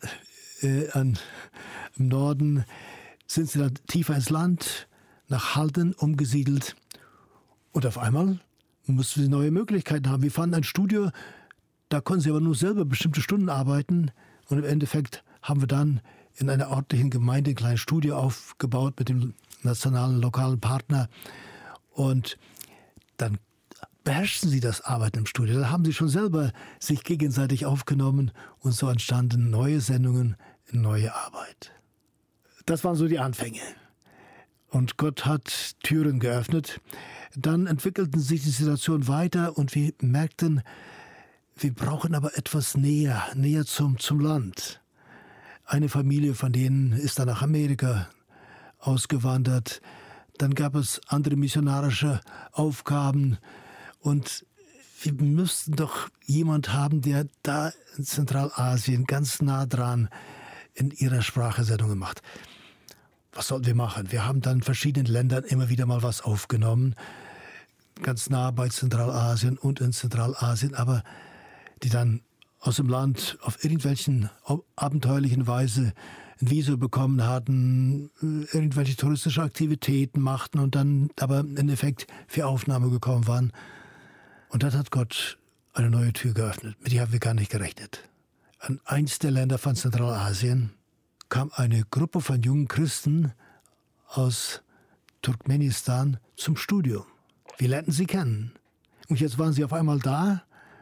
Speaker 1: Norden sind sie dann tiefer ins Land, nach Halden umgesiedelt. Und auf einmal mussten sie neue Möglichkeiten haben. Wir fanden ein Studio, da konnten sie aber nur selber bestimmte Stunden arbeiten. Und im Endeffekt haben wir dann in einer örtlichen Gemeinde ein kleines Studio aufgebaut mit dem nationalen, lokalen Partner. Und dann beherrschten sie das Arbeiten im Studio. Da haben sie schon selber sich gegenseitig aufgenommen und so entstanden neue Sendungen, neue Arbeit. Das waren so die Anfänge. Und Gott hat Türen geöffnet. Dann entwickelten sich die Situation weiter und wir merkten, wir brauchen aber etwas näher zum Land. Eine Familie von denen ist dann nach Amerika ausgewandert. Dann gab es andere missionarische Aufgaben. Und wir müssten doch jemand haben, der da in Zentralasien ganz nah dran in ihrer Sprache Sendungen macht. Was sollten wir machen? Wir haben dann in verschiedenen Ländern immer wieder mal was aufgenommen, ganz nah bei Zentralasien und in Zentralasien, aber die dann aus dem Land auf irgendwelchen abenteuerlichen Weise ein Visum bekommen hatten, irgendwelche touristische Aktivitäten machten und dann aber im Endeffekt für Aufnahme gekommen waren. Und dann hat Gott eine neue Tür geöffnet, mit der haben wir gar nicht gerechnet. An eins der Länder von Zentralasien kam eine Gruppe von jungen Christen aus Turkmenistan zum Studium. Wir lernten sie kennen. Und jetzt waren sie auf einmal da.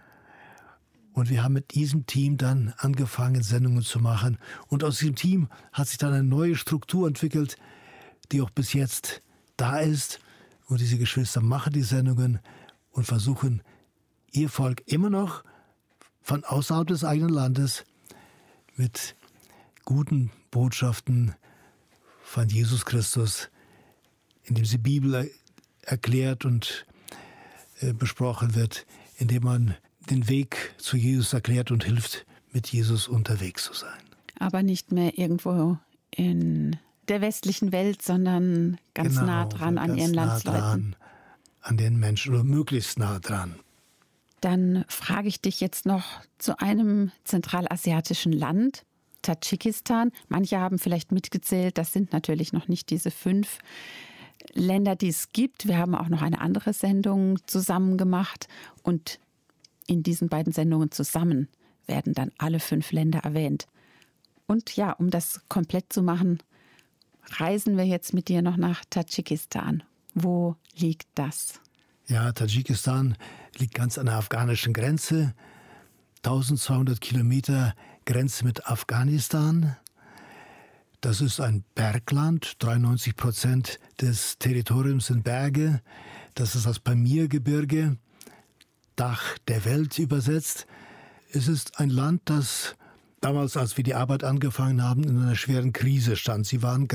Speaker 1: Und wir haben mit diesem Team dann angefangen, Sendungen zu machen. Und aus diesem Team hat sich dann eine neue Struktur entwickelt, die auch bis jetzt da ist. Und diese Geschwister machen die Sendungen und versuchen, ihr Volk immer noch von außerhalb des eigenen Landes mit guten Botschaften von Jesus Christus, indem die Bibel erklärt und besprochen wird, indem man den Weg zu Jesus erklärt und hilft, mit Jesus unterwegs zu sein.
Speaker 3: Aber nicht mehr irgendwo in der westlichen Welt, sondern ganz nah dran an ihren Landsleuten.
Speaker 1: An den Menschen oder möglichst nah dran.
Speaker 3: Dann frage ich dich jetzt noch zu einem zentralasiatischen Land, Tadschikistan. Manche haben vielleicht mitgezählt, das sind natürlich noch nicht diese 5 Länder, die es gibt. Wir haben auch noch eine andere Sendung zusammen gemacht und in diesen beiden Sendungen zusammen werden dann alle 5 Länder erwähnt. Und ja, um das komplett zu machen, reisen wir jetzt mit dir noch nach Tadschikistan. Wo liegt das?
Speaker 1: Ja, Tadschikistan liegt ganz an der afghanischen Grenze. 1200 Kilometer Grenze mit Afghanistan. Das ist ein Bergland. 93% des Territoriums sind Berge. Das ist das Pamirgebirge, Dach der Welt übersetzt. Es ist ein Land, das damals, als wir die Arbeit angefangen haben, in einer schweren Krise stand.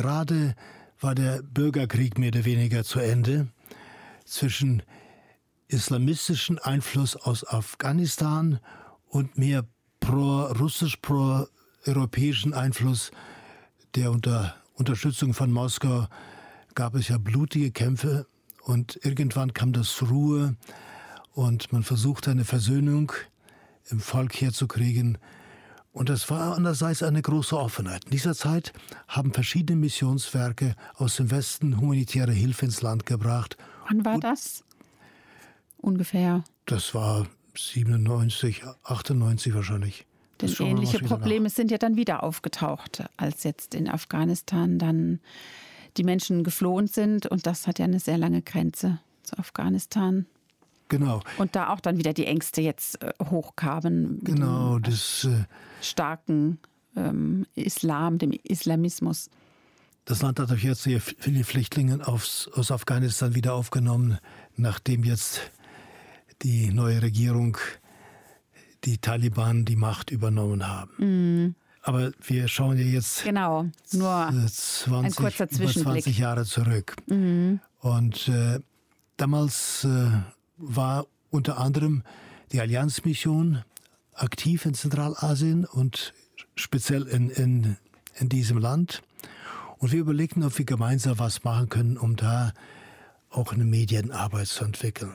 Speaker 1: War der Bürgerkrieg mehr oder weniger zu Ende zwischen islamistischen Einfluss aus Afghanistan und mehr pro-russisch, pro-europäischen Einfluss, der unter Unterstützung von Moskau gab es ja blutige Kämpfe Und irgendwann kam das zur Ruhe und man versuchte eine Versöhnung im Volk herzukriegen. Und es war andererseits eine große Offenheit. In dieser Zeit haben verschiedene Missionswerke aus dem Westen humanitäre Hilfe ins Land gebracht.
Speaker 3: Wann war das? Ungefähr.
Speaker 1: Das war 97, 98 wahrscheinlich.
Speaker 3: Denn ähnliche Probleme sind ja dann wieder aufgetaucht, als jetzt in Afghanistan dann die Menschen geflohen sind. Und das hat ja eine sehr lange Grenze zu Afghanistan.
Speaker 1: Genau.
Speaker 3: Und da auch dann wieder die Ängste jetzt hochkamen.
Speaker 1: Genau,
Speaker 3: mit dem starken Islam, dem Islamismus.
Speaker 1: Das Land hat auch jetzt sehr viele Flüchtlinge aus Afghanistan wieder aufgenommen, nachdem jetzt die neue Regierung, die Taliban, die Macht übernommen haben.
Speaker 3: Mhm.
Speaker 1: Aber wir schauen ja jetzt
Speaker 3: genau, nur ein kurzer Zwischenblick.
Speaker 1: 20 Jahre zurück.
Speaker 3: Mhm.
Speaker 1: Und damals war unter anderem die Allianzmission aktiv in Zentralasien und speziell in diesem Land. Und wir überlegten, ob wir gemeinsam was machen können, um da auch eine Medienarbeit zu entwickeln.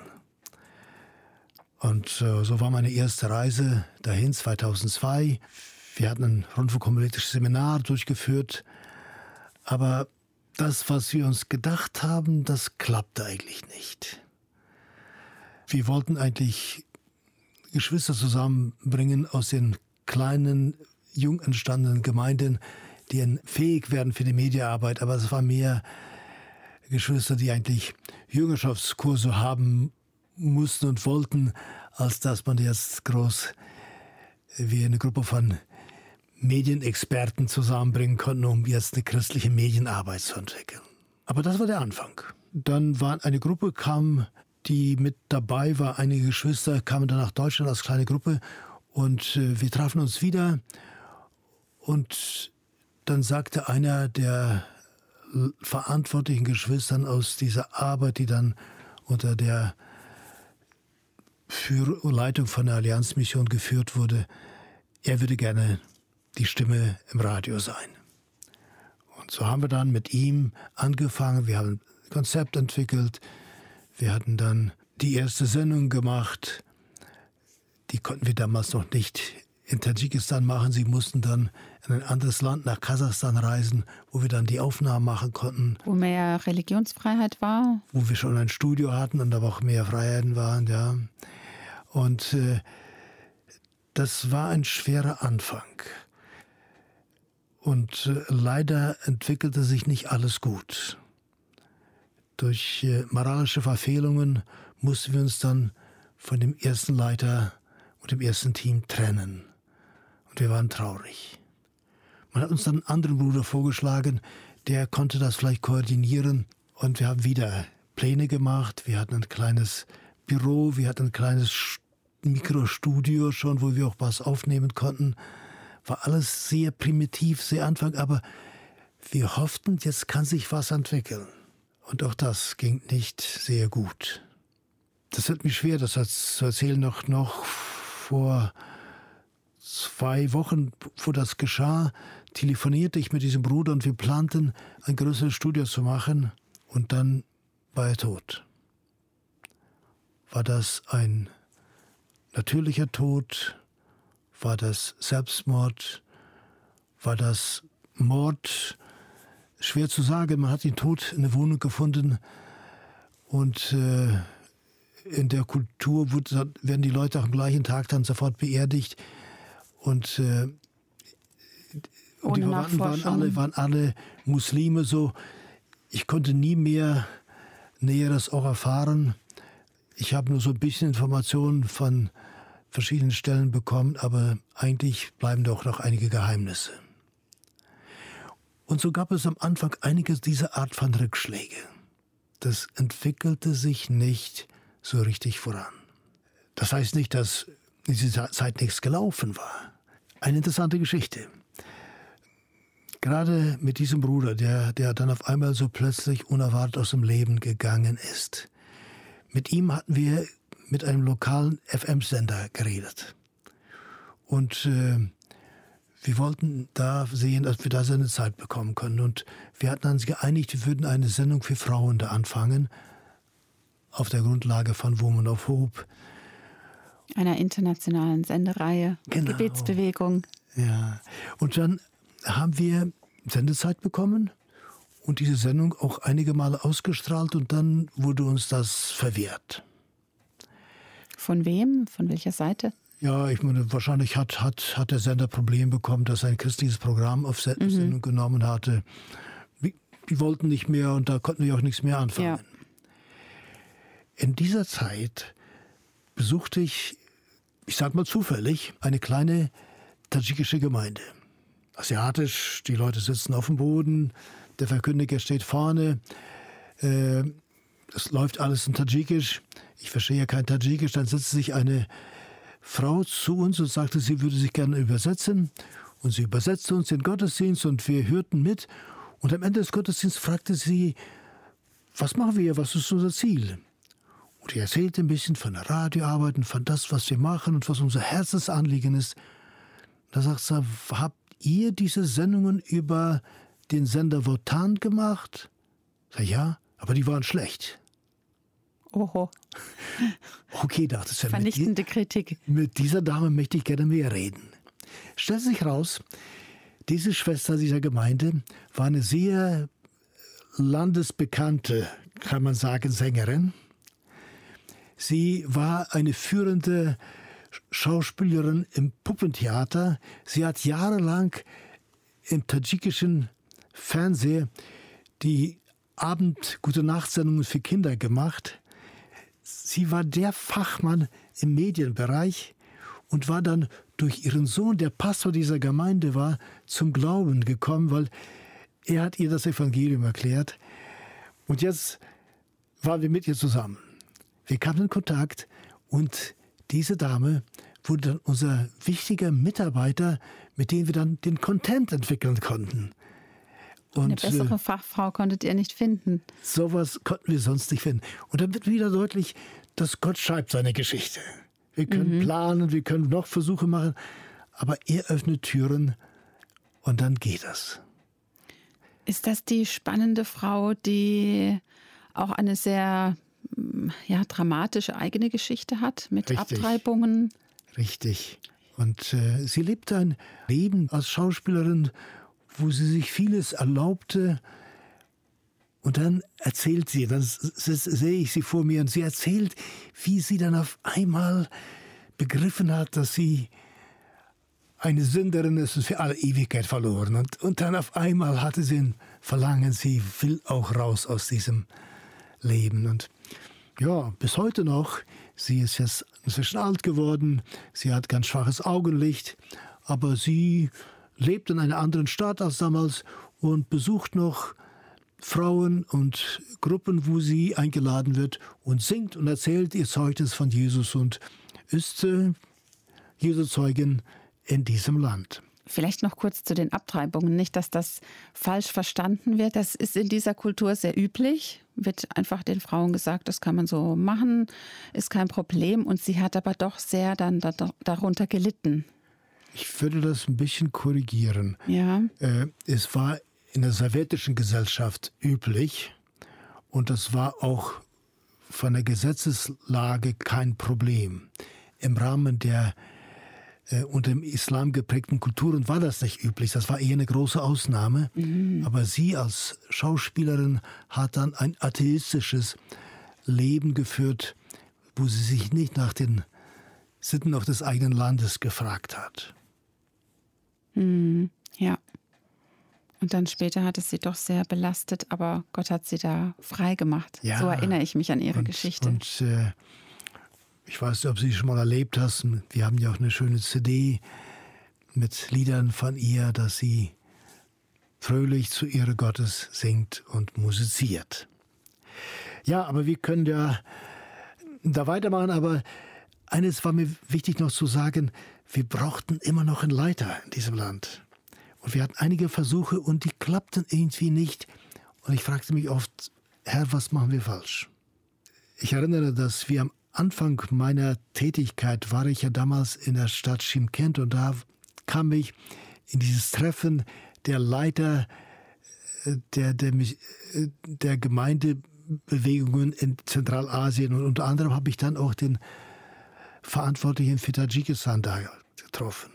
Speaker 1: Und so war meine erste Reise dahin 2002. Wir hatten ein rundfunkpolitisches Seminar durchgeführt. Aber das, was wir uns gedacht haben, das klappte eigentlich nicht. Wir wollten eigentlich Geschwister zusammenbringen aus den kleinen, jung entstandenen Gemeinden, die fähig werden für die Medienarbeit. Aber es waren mehr Geschwister, die eigentlich Jüngerschaftskurse haben mussten und wollten, als dass man jetzt groß wie eine Gruppe von Medienexperten zusammenbringen konnten, um jetzt eine christliche Medienarbeit zu entwickeln. Aber das war der Anfang. Dann war eine Gruppe, die mit dabei war, einige Geschwister kamen dann nach Deutschland als kleine Gruppe und wir trafen uns wieder und dann sagte einer der verantwortlichen Geschwistern aus dieser Arbeit, die dann unter der Leitung von der Allianzmission geführt wurde, er würde gerne die Stimme im Radio sein. Und so haben wir dann mit ihm angefangen, wir haben ein Konzept entwickelt, wir hatten dann die erste Sendung gemacht, die konnten wir damals noch nicht in Tadschikistan machen, sie mussten dann in ein anderes Land, nach Kasachstan reisen, wo wir dann die Aufnahmen machen konnten.
Speaker 3: Wo mehr Religionsfreiheit war?
Speaker 1: Wo wir schon ein Studio hatten und aber auch mehr Freiheiten waren, ja. Und das war ein schwerer Anfang. Und leider entwickelte sich nicht alles gut. Durch moralische Verfehlungen mussten wir uns dann von dem ersten Leiter und dem ersten Team trennen. Und wir waren traurig. Man hat uns dann einen anderen Bruder vorgeschlagen, der konnte das vielleicht koordinieren. Und wir haben wieder Pläne gemacht. Wir hatten ein kleines Büro, wir hatten ein kleines Mikrostudio schon, wo wir auch was aufnehmen konnten. War alles sehr primitiv, sehr Anfang, aber wir hofften, jetzt kann sich was entwickeln. Und auch das ging nicht sehr gut. Das wird mir schwer, das zu erzählen. Noch vor 2 Wochen, wo das geschah, telefonierte ich mit diesem Bruder und wir planten, ein größeres Studio zu machen. Und dann war er tot. War das ein natürlicher Tod? War das Selbstmord? War das Mord? Schwer zu sagen. Man hat ihn tot in der Wohnung gefunden. Und in der Kultur werden die Leute auch am gleichen Tag dann sofort beerdigt. Und die Verwandten waren alle Muslime. So. Ich konnte nie mehr Näheres auch erfahren. Ich habe nur so ein bisschen Informationen von verschiedenen Stellen bekommen, aber eigentlich bleiben doch noch einige Geheimnisse. Und so gab es am Anfang einige dieser Art von Rückschläge. Das entwickelte sich nicht so richtig voran. Das heißt nicht, dass in dieser Zeit nichts gelaufen war. Eine interessante Geschichte. Gerade mit diesem Bruder, der dann auf einmal so plötzlich unerwartet aus dem Leben gegangen ist. Mit ihm hatten wir mit einem lokalen FM-Sender geredet. Und wir wollten da sehen, dass wir da seine Zeit bekommen können. Und wir hatten uns geeinigt, wir würden eine Sendung für Frauen da anfangen. auf der Grundlage von Woman of Hope.
Speaker 3: Einer internationalen Sendereihe,
Speaker 1: Genau.
Speaker 3: Gebetsbewegung.
Speaker 1: Ja, und dann haben wir Sendezeit bekommen und diese Sendung auch einige Male ausgestrahlt und dann wurde uns das verwehrt.
Speaker 3: Von wem? Von welcher Seite?
Speaker 1: Ja, ich meine, wahrscheinlich hat der Sender Probleme bekommen, dass er ein christliches Programm auf Sendung genommen hatte. Die wollten nicht mehr und da konnten wir auch nichts mehr anfangen.
Speaker 3: Ja.
Speaker 1: In dieser Zeit besuchte ich sag mal zufällig, eine kleine tadschikische Gemeinde. Asiatisch, die Leute sitzen auf dem Boden, der Verkündiger steht vorne, es läuft alles in Tadschikisch. Ich verstehe ja kein Tadschikisch. Dann setzte sich eine Frau zu uns und sagte, sie würde sich gerne übersetzen. Und sie übersetzte uns den Gottesdienst und wir hörten mit. Und am Ende des Gottesdienstes fragte sie, was machen wir hier, was ist unser Ziel? Und ich erzählte ein bisschen von der Radioarbeit und von das, was wir machen und was unser Herzensanliegen ist. Da sagt sie, habt ihr diese Sendungen über den Sender Wotan gemacht? Ich sage, ja, aber die waren schlecht.
Speaker 3: Oho.
Speaker 1: Okay, dachte ich.
Speaker 3: Vernichtende Kritik.
Speaker 1: Mit dieser Dame möchte ich gerne mehr reden. Stellt sich raus, diese Schwester dieser Gemeinde war eine sehr landesbekannte, kann man sagen, Sängerin. Sie war eine führende Schauspielerin im Puppentheater. Sie hat jahrelang im tadschikischen Fernsehen die Abend-Gute-Nacht-Sendungen für Kinder gemacht. Sie war der Fachmann im Medienbereich und war dann durch ihren Sohn, der Pastor dieser Gemeinde war, zum Glauben gekommen, weil er hat ihr das Evangelium erklärt. Und jetzt waren wir mit ihr zusammen. Wir kamen in Kontakt und diese Dame wurde dann unser wichtiger Mitarbeiter, mit dem wir dann den Content entwickeln konnten. Und
Speaker 3: eine bessere Fachfrau konntet ihr nicht finden.
Speaker 1: Sowas konnten wir sonst nicht finden. Und dann wird wieder deutlich, dass Gott schreibt seine Geschichte. Wir können planen, wir können noch Versuche machen, aber er öffnet Türen und dann geht es.
Speaker 3: Ist das die spannende Frau, die auch eine sehr dramatische eigene Geschichte hat mit
Speaker 1: Richtig.
Speaker 3: Abtreibungen?
Speaker 1: Richtig. Und sie lebte ein Leben als Schauspielerin, wo sie sich vieles erlaubte. Und dann erzählt sie, dann sehe ich sie vor mir, und sie erzählt, wie sie dann auf einmal begriffen hat, dass sie eine Sünderin ist und für alle Ewigkeit verloren. Und dann auf einmal hatte sie ein Verlangen, sie will auch raus aus diesem Leben. Und ja, bis heute noch, sie ist jetzt inzwischen alt geworden, sie hat ganz schwaches Augenlicht, aber sie lebt in einer anderen Stadt als damals und besucht noch Frauen und Gruppen, wo sie eingeladen wird und singt und erzählt ihr Zeugnis von Jesus und ist Jesu Zeugin in diesem Land.
Speaker 3: Vielleicht noch kurz zu den Abtreibungen. Nicht, dass das falsch verstanden wird. Das ist in dieser Kultur sehr üblich. Wird einfach den Frauen gesagt, das kann man so machen, ist kein Problem. Und sie hat aber doch sehr dann darunter gelitten.
Speaker 1: Ich würde das ein bisschen korrigieren.
Speaker 3: Ja.
Speaker 1: Es war in der sowjetischen Gesellschaft üblich und das war auch von der Gesetzeslage kein Problem. Im Rahmen der unter dem Islam geprägten Kulturen war das nicht üblich. Das war eher eine große Ausnahme. Aber sie als Schauspielerin hat dann ein atheistisches Leben geführt, wo sie sich nicht nach den Sitten auch des eigenen Landes gefragt hat.
Speaker 3: Ja. Und dann später hat es sie doch sehr belastet, aber Gott hat sie da frei gemacht.
Speaker 1: Ja.
Speaker 3: So erinnere ich mich an ihre Geschichte.
Speaker 1: Und ich weiß nicht, ob Sie schon mal erlebt haben. Wir haben ja auch eine schöne CD mit Liedern von ihr, dass sie fröhlich zu Ehre Gottes singt und musiziert. Ja, aber wir können ja da weitermachen. Aber eines war mir wichtig noch zu sagen, wir brauchten immer noch einen Leiter in diesem Land. Und wir hatten einige Versuche und die klappten irgendwie nicht. Und ich fragte mich oft, Herr, was machen wir falsch? Ich erinnere, dass wir am Anfang meiner Tätigkeit war ich ja damals in der Stadt Chimkent und da kam ich in dieses Treffen der Leiter der Gemeinde Bewegungen in Zentralasien. Und unter anderem habe ich dann auch den Verantwortlichen für Tadschikistan da getroffen.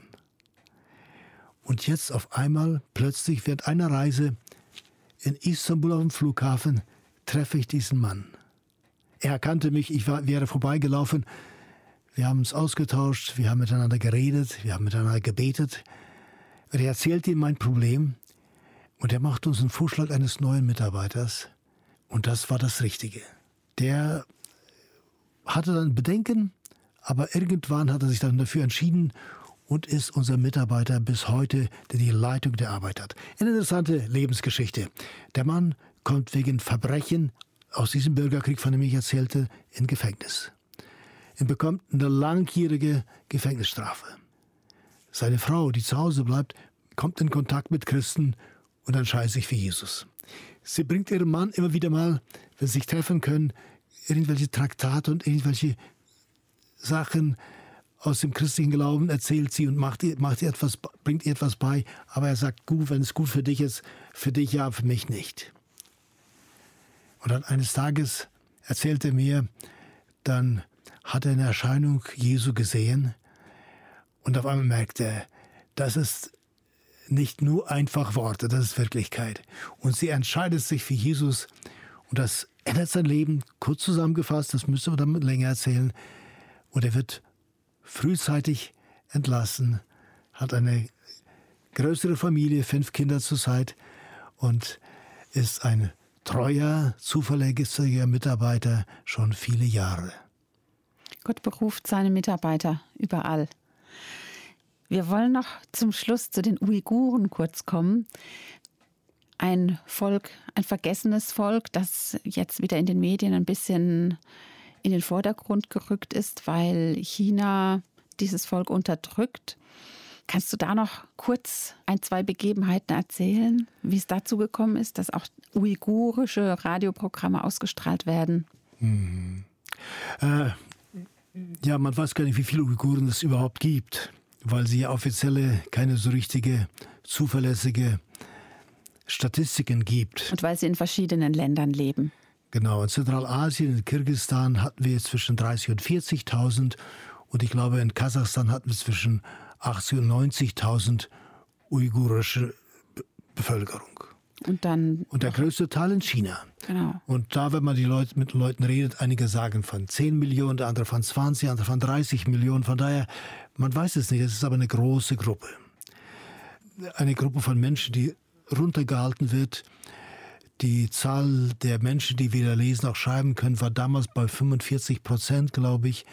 Speaker 1: Und jetzt auf einmal, plötzlich während einer Reise in Istanbul auf dem Flughafen, treffe ich diesen Mann. Er erkannte mich, ich wäre vorbeigelaufen. Wir haben uns ausgetauscht, wir haben miteinander geredet, wir haben miteinander gebetet. Und er erzählte ihm mein Problem und er machte uns einen Vorschlag eines neuen Mitarbeiters. Und das war das Richtige. Der hatte dann Bedenken, aber irgendwann hat er sich dann dafür entschieden und ist unser Mitarbeiter bis heute, der die Leitung der Arbeit hat. Eine interessante Lebensgeschichte. Der Mann kommt wegen Verbrechen aus diesem Bürgerkrieg, von dem ich erzählte, in Gefängnis. Er bekommt eine langjährige Gefängnisstrafe. Seine Frau, die zu Hause bleibt, kommt in Kontakt mit Christen und entscheidet sich für Jesus. Sie bringt ihrem Mann immer wieder mal, wenn sie sich treffen können, irgendwelche Traktate und irgendwelche Sachen aus dem christlichen Glauben erzählt sie und bringt ihr etwas bei. Aber er sagt, gut, wenn es gut für dich ist, für dich ja, für mich nicht. Und dann eines Tages erzählte er mir, dann hat er eine Erscheinung Jesu gesehen und auf einmal merkte er, das ist nicht nur einfach Worte, das ist Wirklichkeit. Und sie entscheidet sich für Jesus und das ändert sein Leben, kurz zusammengefasst, das müsste man dann länger erzählen. Und er wird frühzeitig entlassen, hat eine größere Familie, 5 Kinder zurzeit und ist ein treuer, zuverlässiger Mitarbeiter schon viele Jahre.
Speaker 3: Gott beruft seine Mitarbeiter überall. Wir wollen noch zum Schluss zu den Uiguren kurz kommen. Ein Volk, ein vergessenes Volk, das jetzt wieder in den Medien ein bisschen in den Vordergrund gerückt ist, weil China dieses Volk unterdrückt. Kannst du da noch kurz 1, 2 Begebenheiten erzählen, wie es dazu gekommen ist, dass auch uigurische Radioprogramme ausgestrahlt werden?
Speaker 1: Ja, man weiß gar nicht, wie viele Uiguren es überhaupt gibt, weil sie ja offizielle, keine so richtige, zuverlässige Statistiken gibt.
Speaker 3: Und weil sie in verschiedenen Ländern leben.
Speaker 1: Genau, in Zentralasien, in Kirgisistan hatten wir zwischen 30.000 und 40.000 und ich glaube in Kasachstan hatten wir zwischen 80.000 und 90.000 uigurische Bevölkerung.
Speaker 3: Und
Speaker 1: der größte Teil in China.
Speaker 3: Genau.
Speaker 1: Und da, wenn man mit den Leuten redet, einige sagen von 10 Millionen, der andere von 20, der andere von 30 Millionen. Von daher, man weiß es nicht, es ist aber eine große Gruppe. Eine Gruppe von Menschen, die runtergehalten wird. Die Zahl der Menschen, die weder lesen noch schreiben können, war damals bei 45%, glaube ich.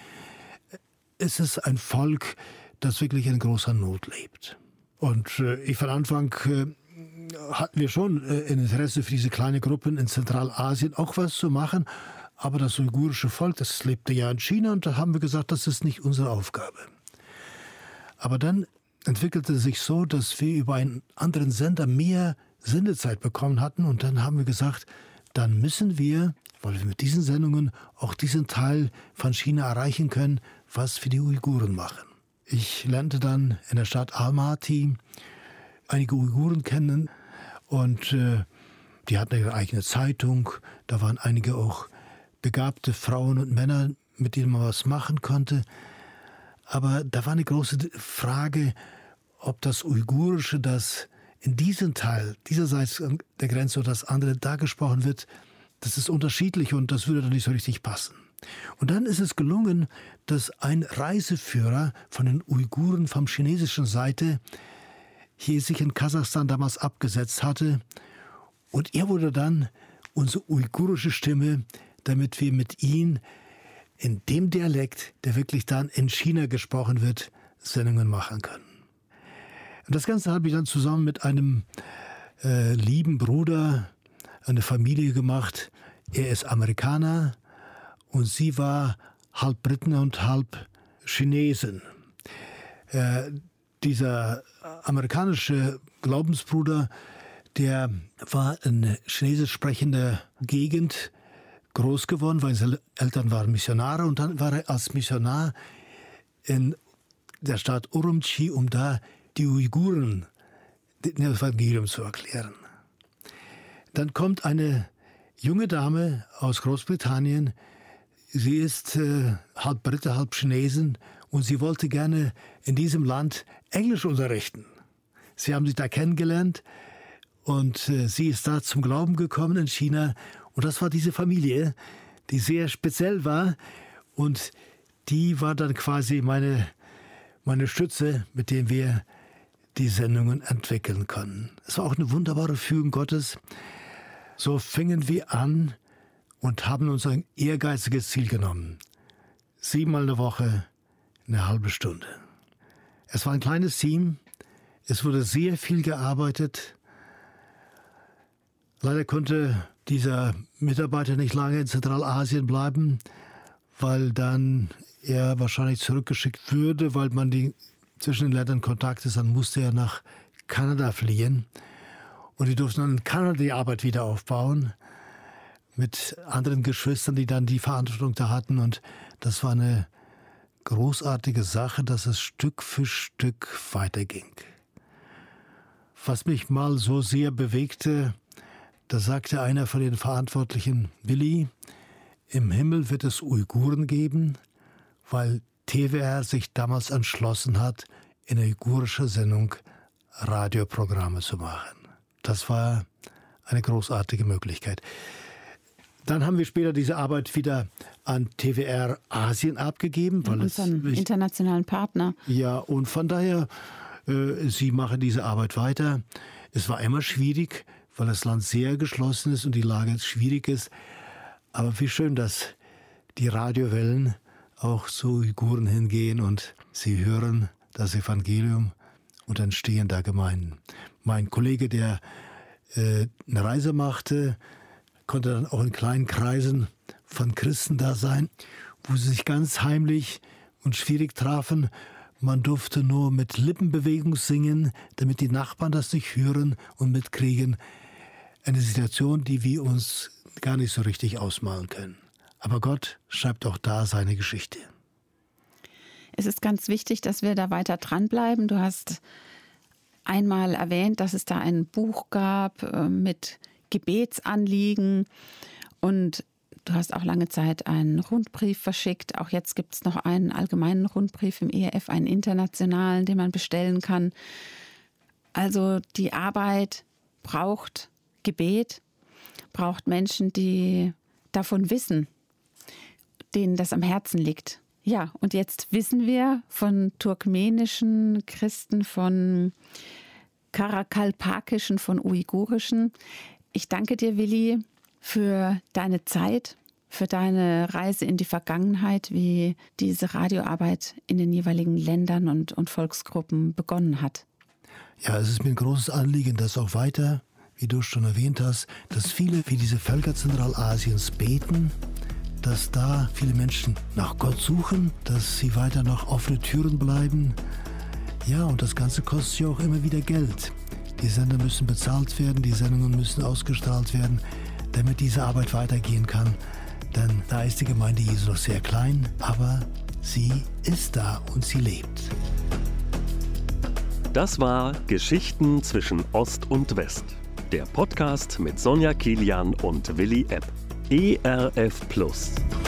Speaker 1: Es ist ein Volk, das wirklich in großer Not lebt. Und von Anfang hatten wir schon Interesse für diese kleinen Gruppen in Zentralasien auch was zu machen. Aber das uigurische Volk, das lebte ja in China und da haben wir gesagt, das ist nicht unsere Aufgabe. Aber dann entwickelte es sich so, dass wir über einen anderen Sender mehr Sendezeit bekommen hatten und dann haben wir gesagt, dann müssen wir, weil wir mit diesen Sendungen auch diesen Teil von China erreichen können, was für die Uiguren machen. Ich lernte dann in der Stadt Almaty einige Uiguren kennen und die hatten ihre eigene Zeitung, da waren einige auch begabte Frauen und Männer, mit denen man was machen konnte. Aber da war eine große Frage, ob das Uigurische, das in diesem Teil, dieserseits der Grenze oder das andere da gesprochen wird, das ist unterschiedlich und das würde dann nicht so richtig passen. Und dann ist es gelungen, dass ein Reiseführer von den Uiguren vom chinesischen Seite hier sich in Kasachstan damals abgesetzt hatte und er wurde dann unsere uigurische Stimme, damit wir mit ihm in dem Dialekt, der wirklich dann in China gesprochen wird, Sendungen machen können. Und das Ganze habe ich dann zusammen mit einem lieben Bruder, eine Familie gemacht. Er ist Amerikaner und sie war halb Briten und halb Chinesin. Dieser amerikanische Glaubensbruder, der war in chinesisch sprechender Gegend groß geworden, weil seine Eltern waren Missionare und dann war er als Missionar in der Stadt Urumqi, um da die Uiguren das Evangelium zu erklären. Dann kommt eine junge Dame aus Großbritannien. Sie ist halb Brite, halb Chinesin und sie wollte gerne in diesem Land Englisch unterrichten. Sie haben sich da kennengelernt und sie ist da zum Glauben gekommen in China. Und das war diese Familie, die sehr speziell war und die war dann quasi meine Stütze, mit der wir die Sendungen entwickeln konnten. Es war auch eine wunderbare Fügung Gottes. So fingen wir an und haben uns ein ehrgeiziges Ziel genommen. 7-mal in der Woche, eine halbe Stunde. Es war ein kleines Team. Es wurde sehr viel gearbeitet. Leider konnte dieser Mitarbeiter nicht lange in Zentralasien bleiben, weil dann er wahrscheinlich zurückgeschickt würde, weil man zwischen den Ländern Kontakt ist. Dann musste er nach Kanada fliehen. Und die durften dann in Kanada die Arbeit wieder aufbauen mit anderen Geschwistern, die dann die Verantwortung da hatten. Und das war eine großartige Sache, dass es Stück für Stück weiterging. Was mich mal so sehr bewegte, da sagte einer von den Verantwortlichen, Willi, im Himmel wird es Uiguren geben, weil TWR sich damals entschlossen hat, in uigurischer Sendung Radioprogramme zu machen. Das war eine großartige Möglichkeit. Dann haben wir später diese Arbeit wieder an TWR Asien abgegeben.
Speaker 3: Weil unseren internationalen Partner.
Speaker 1: Ja, und von daher, sie machen diese Arbeit weiter. Es war immer schwierig, weil das Land sehr geschlossen ist und die Lage schwierig ist. Aber wie schön, dass die Radiowellen auch zu Uiguren hingehen und sie hören das Evangelium und entstehen da Gemeinden. Mein Kollege, der eine Reise machte, konnte dann auch in kleinen Kreisen von Christen da sein, wo sie sich ganz heimlich und schwierig trafen. Man durfte nur mit Lippenbewegung singen, damit die Nachbarn das nicht hören und mitkriegen. Eine Situation, die wir uns gar nicht so richtig ausmalen können. Aber Gott schreibt auch da seine Geschichte.
Speaker 3: Es ist ganz wichtig, dass wir da weiter dranbleiben. Du hast einmal erwähnt, dass es da ein Buch gab mit Gebetsanliegen und du hast auch lange Zeit einen Rundbrief verschickt. Auch jetzt gibt es noch einen allgemeinen Rundbrief im ERF, einen internationalen, den man bestellen kann. Also die Arbeit braucht Gebet, braucht Menschen, die davon wissen, denen das am Herzen liegt. Ja, und jetzt wissen wir von turkmenischen Christen, von karakalpakischen, von uigurischen. Ich danke dir, Willi, für deine Zeit, für deine Reise in die Vergangenheit, wie diese Radioarbeit in den jeweiligen Ländern und Volksgruppen begonnen hat.
Speaker 1: Ja, es ist mir ein großes Anliegen, dass auch weiter, wie du schon erwähnt hast, dass viele wie diese Völker Zentralasiens beten, dass da viele Menschen nach Gott suchen, dass sie weiter noch offene Türen bleiben. Ja, und das Ganze kostet ja auch immer wieder Geld. Die Sender müssen bezahlt werden, die Sendungen müssen ausgestrahlt werden, damit diese Arbeit weitergehen kann. Denn da ist die Gemeinde Jesu noch sehr klein, aber sie ist da und sie lebt.
Speaker 2: Das war Geschichten zwischen Ost und West. Der Podcast mit Sonja Kilian und Willi Epp. ERF Plus.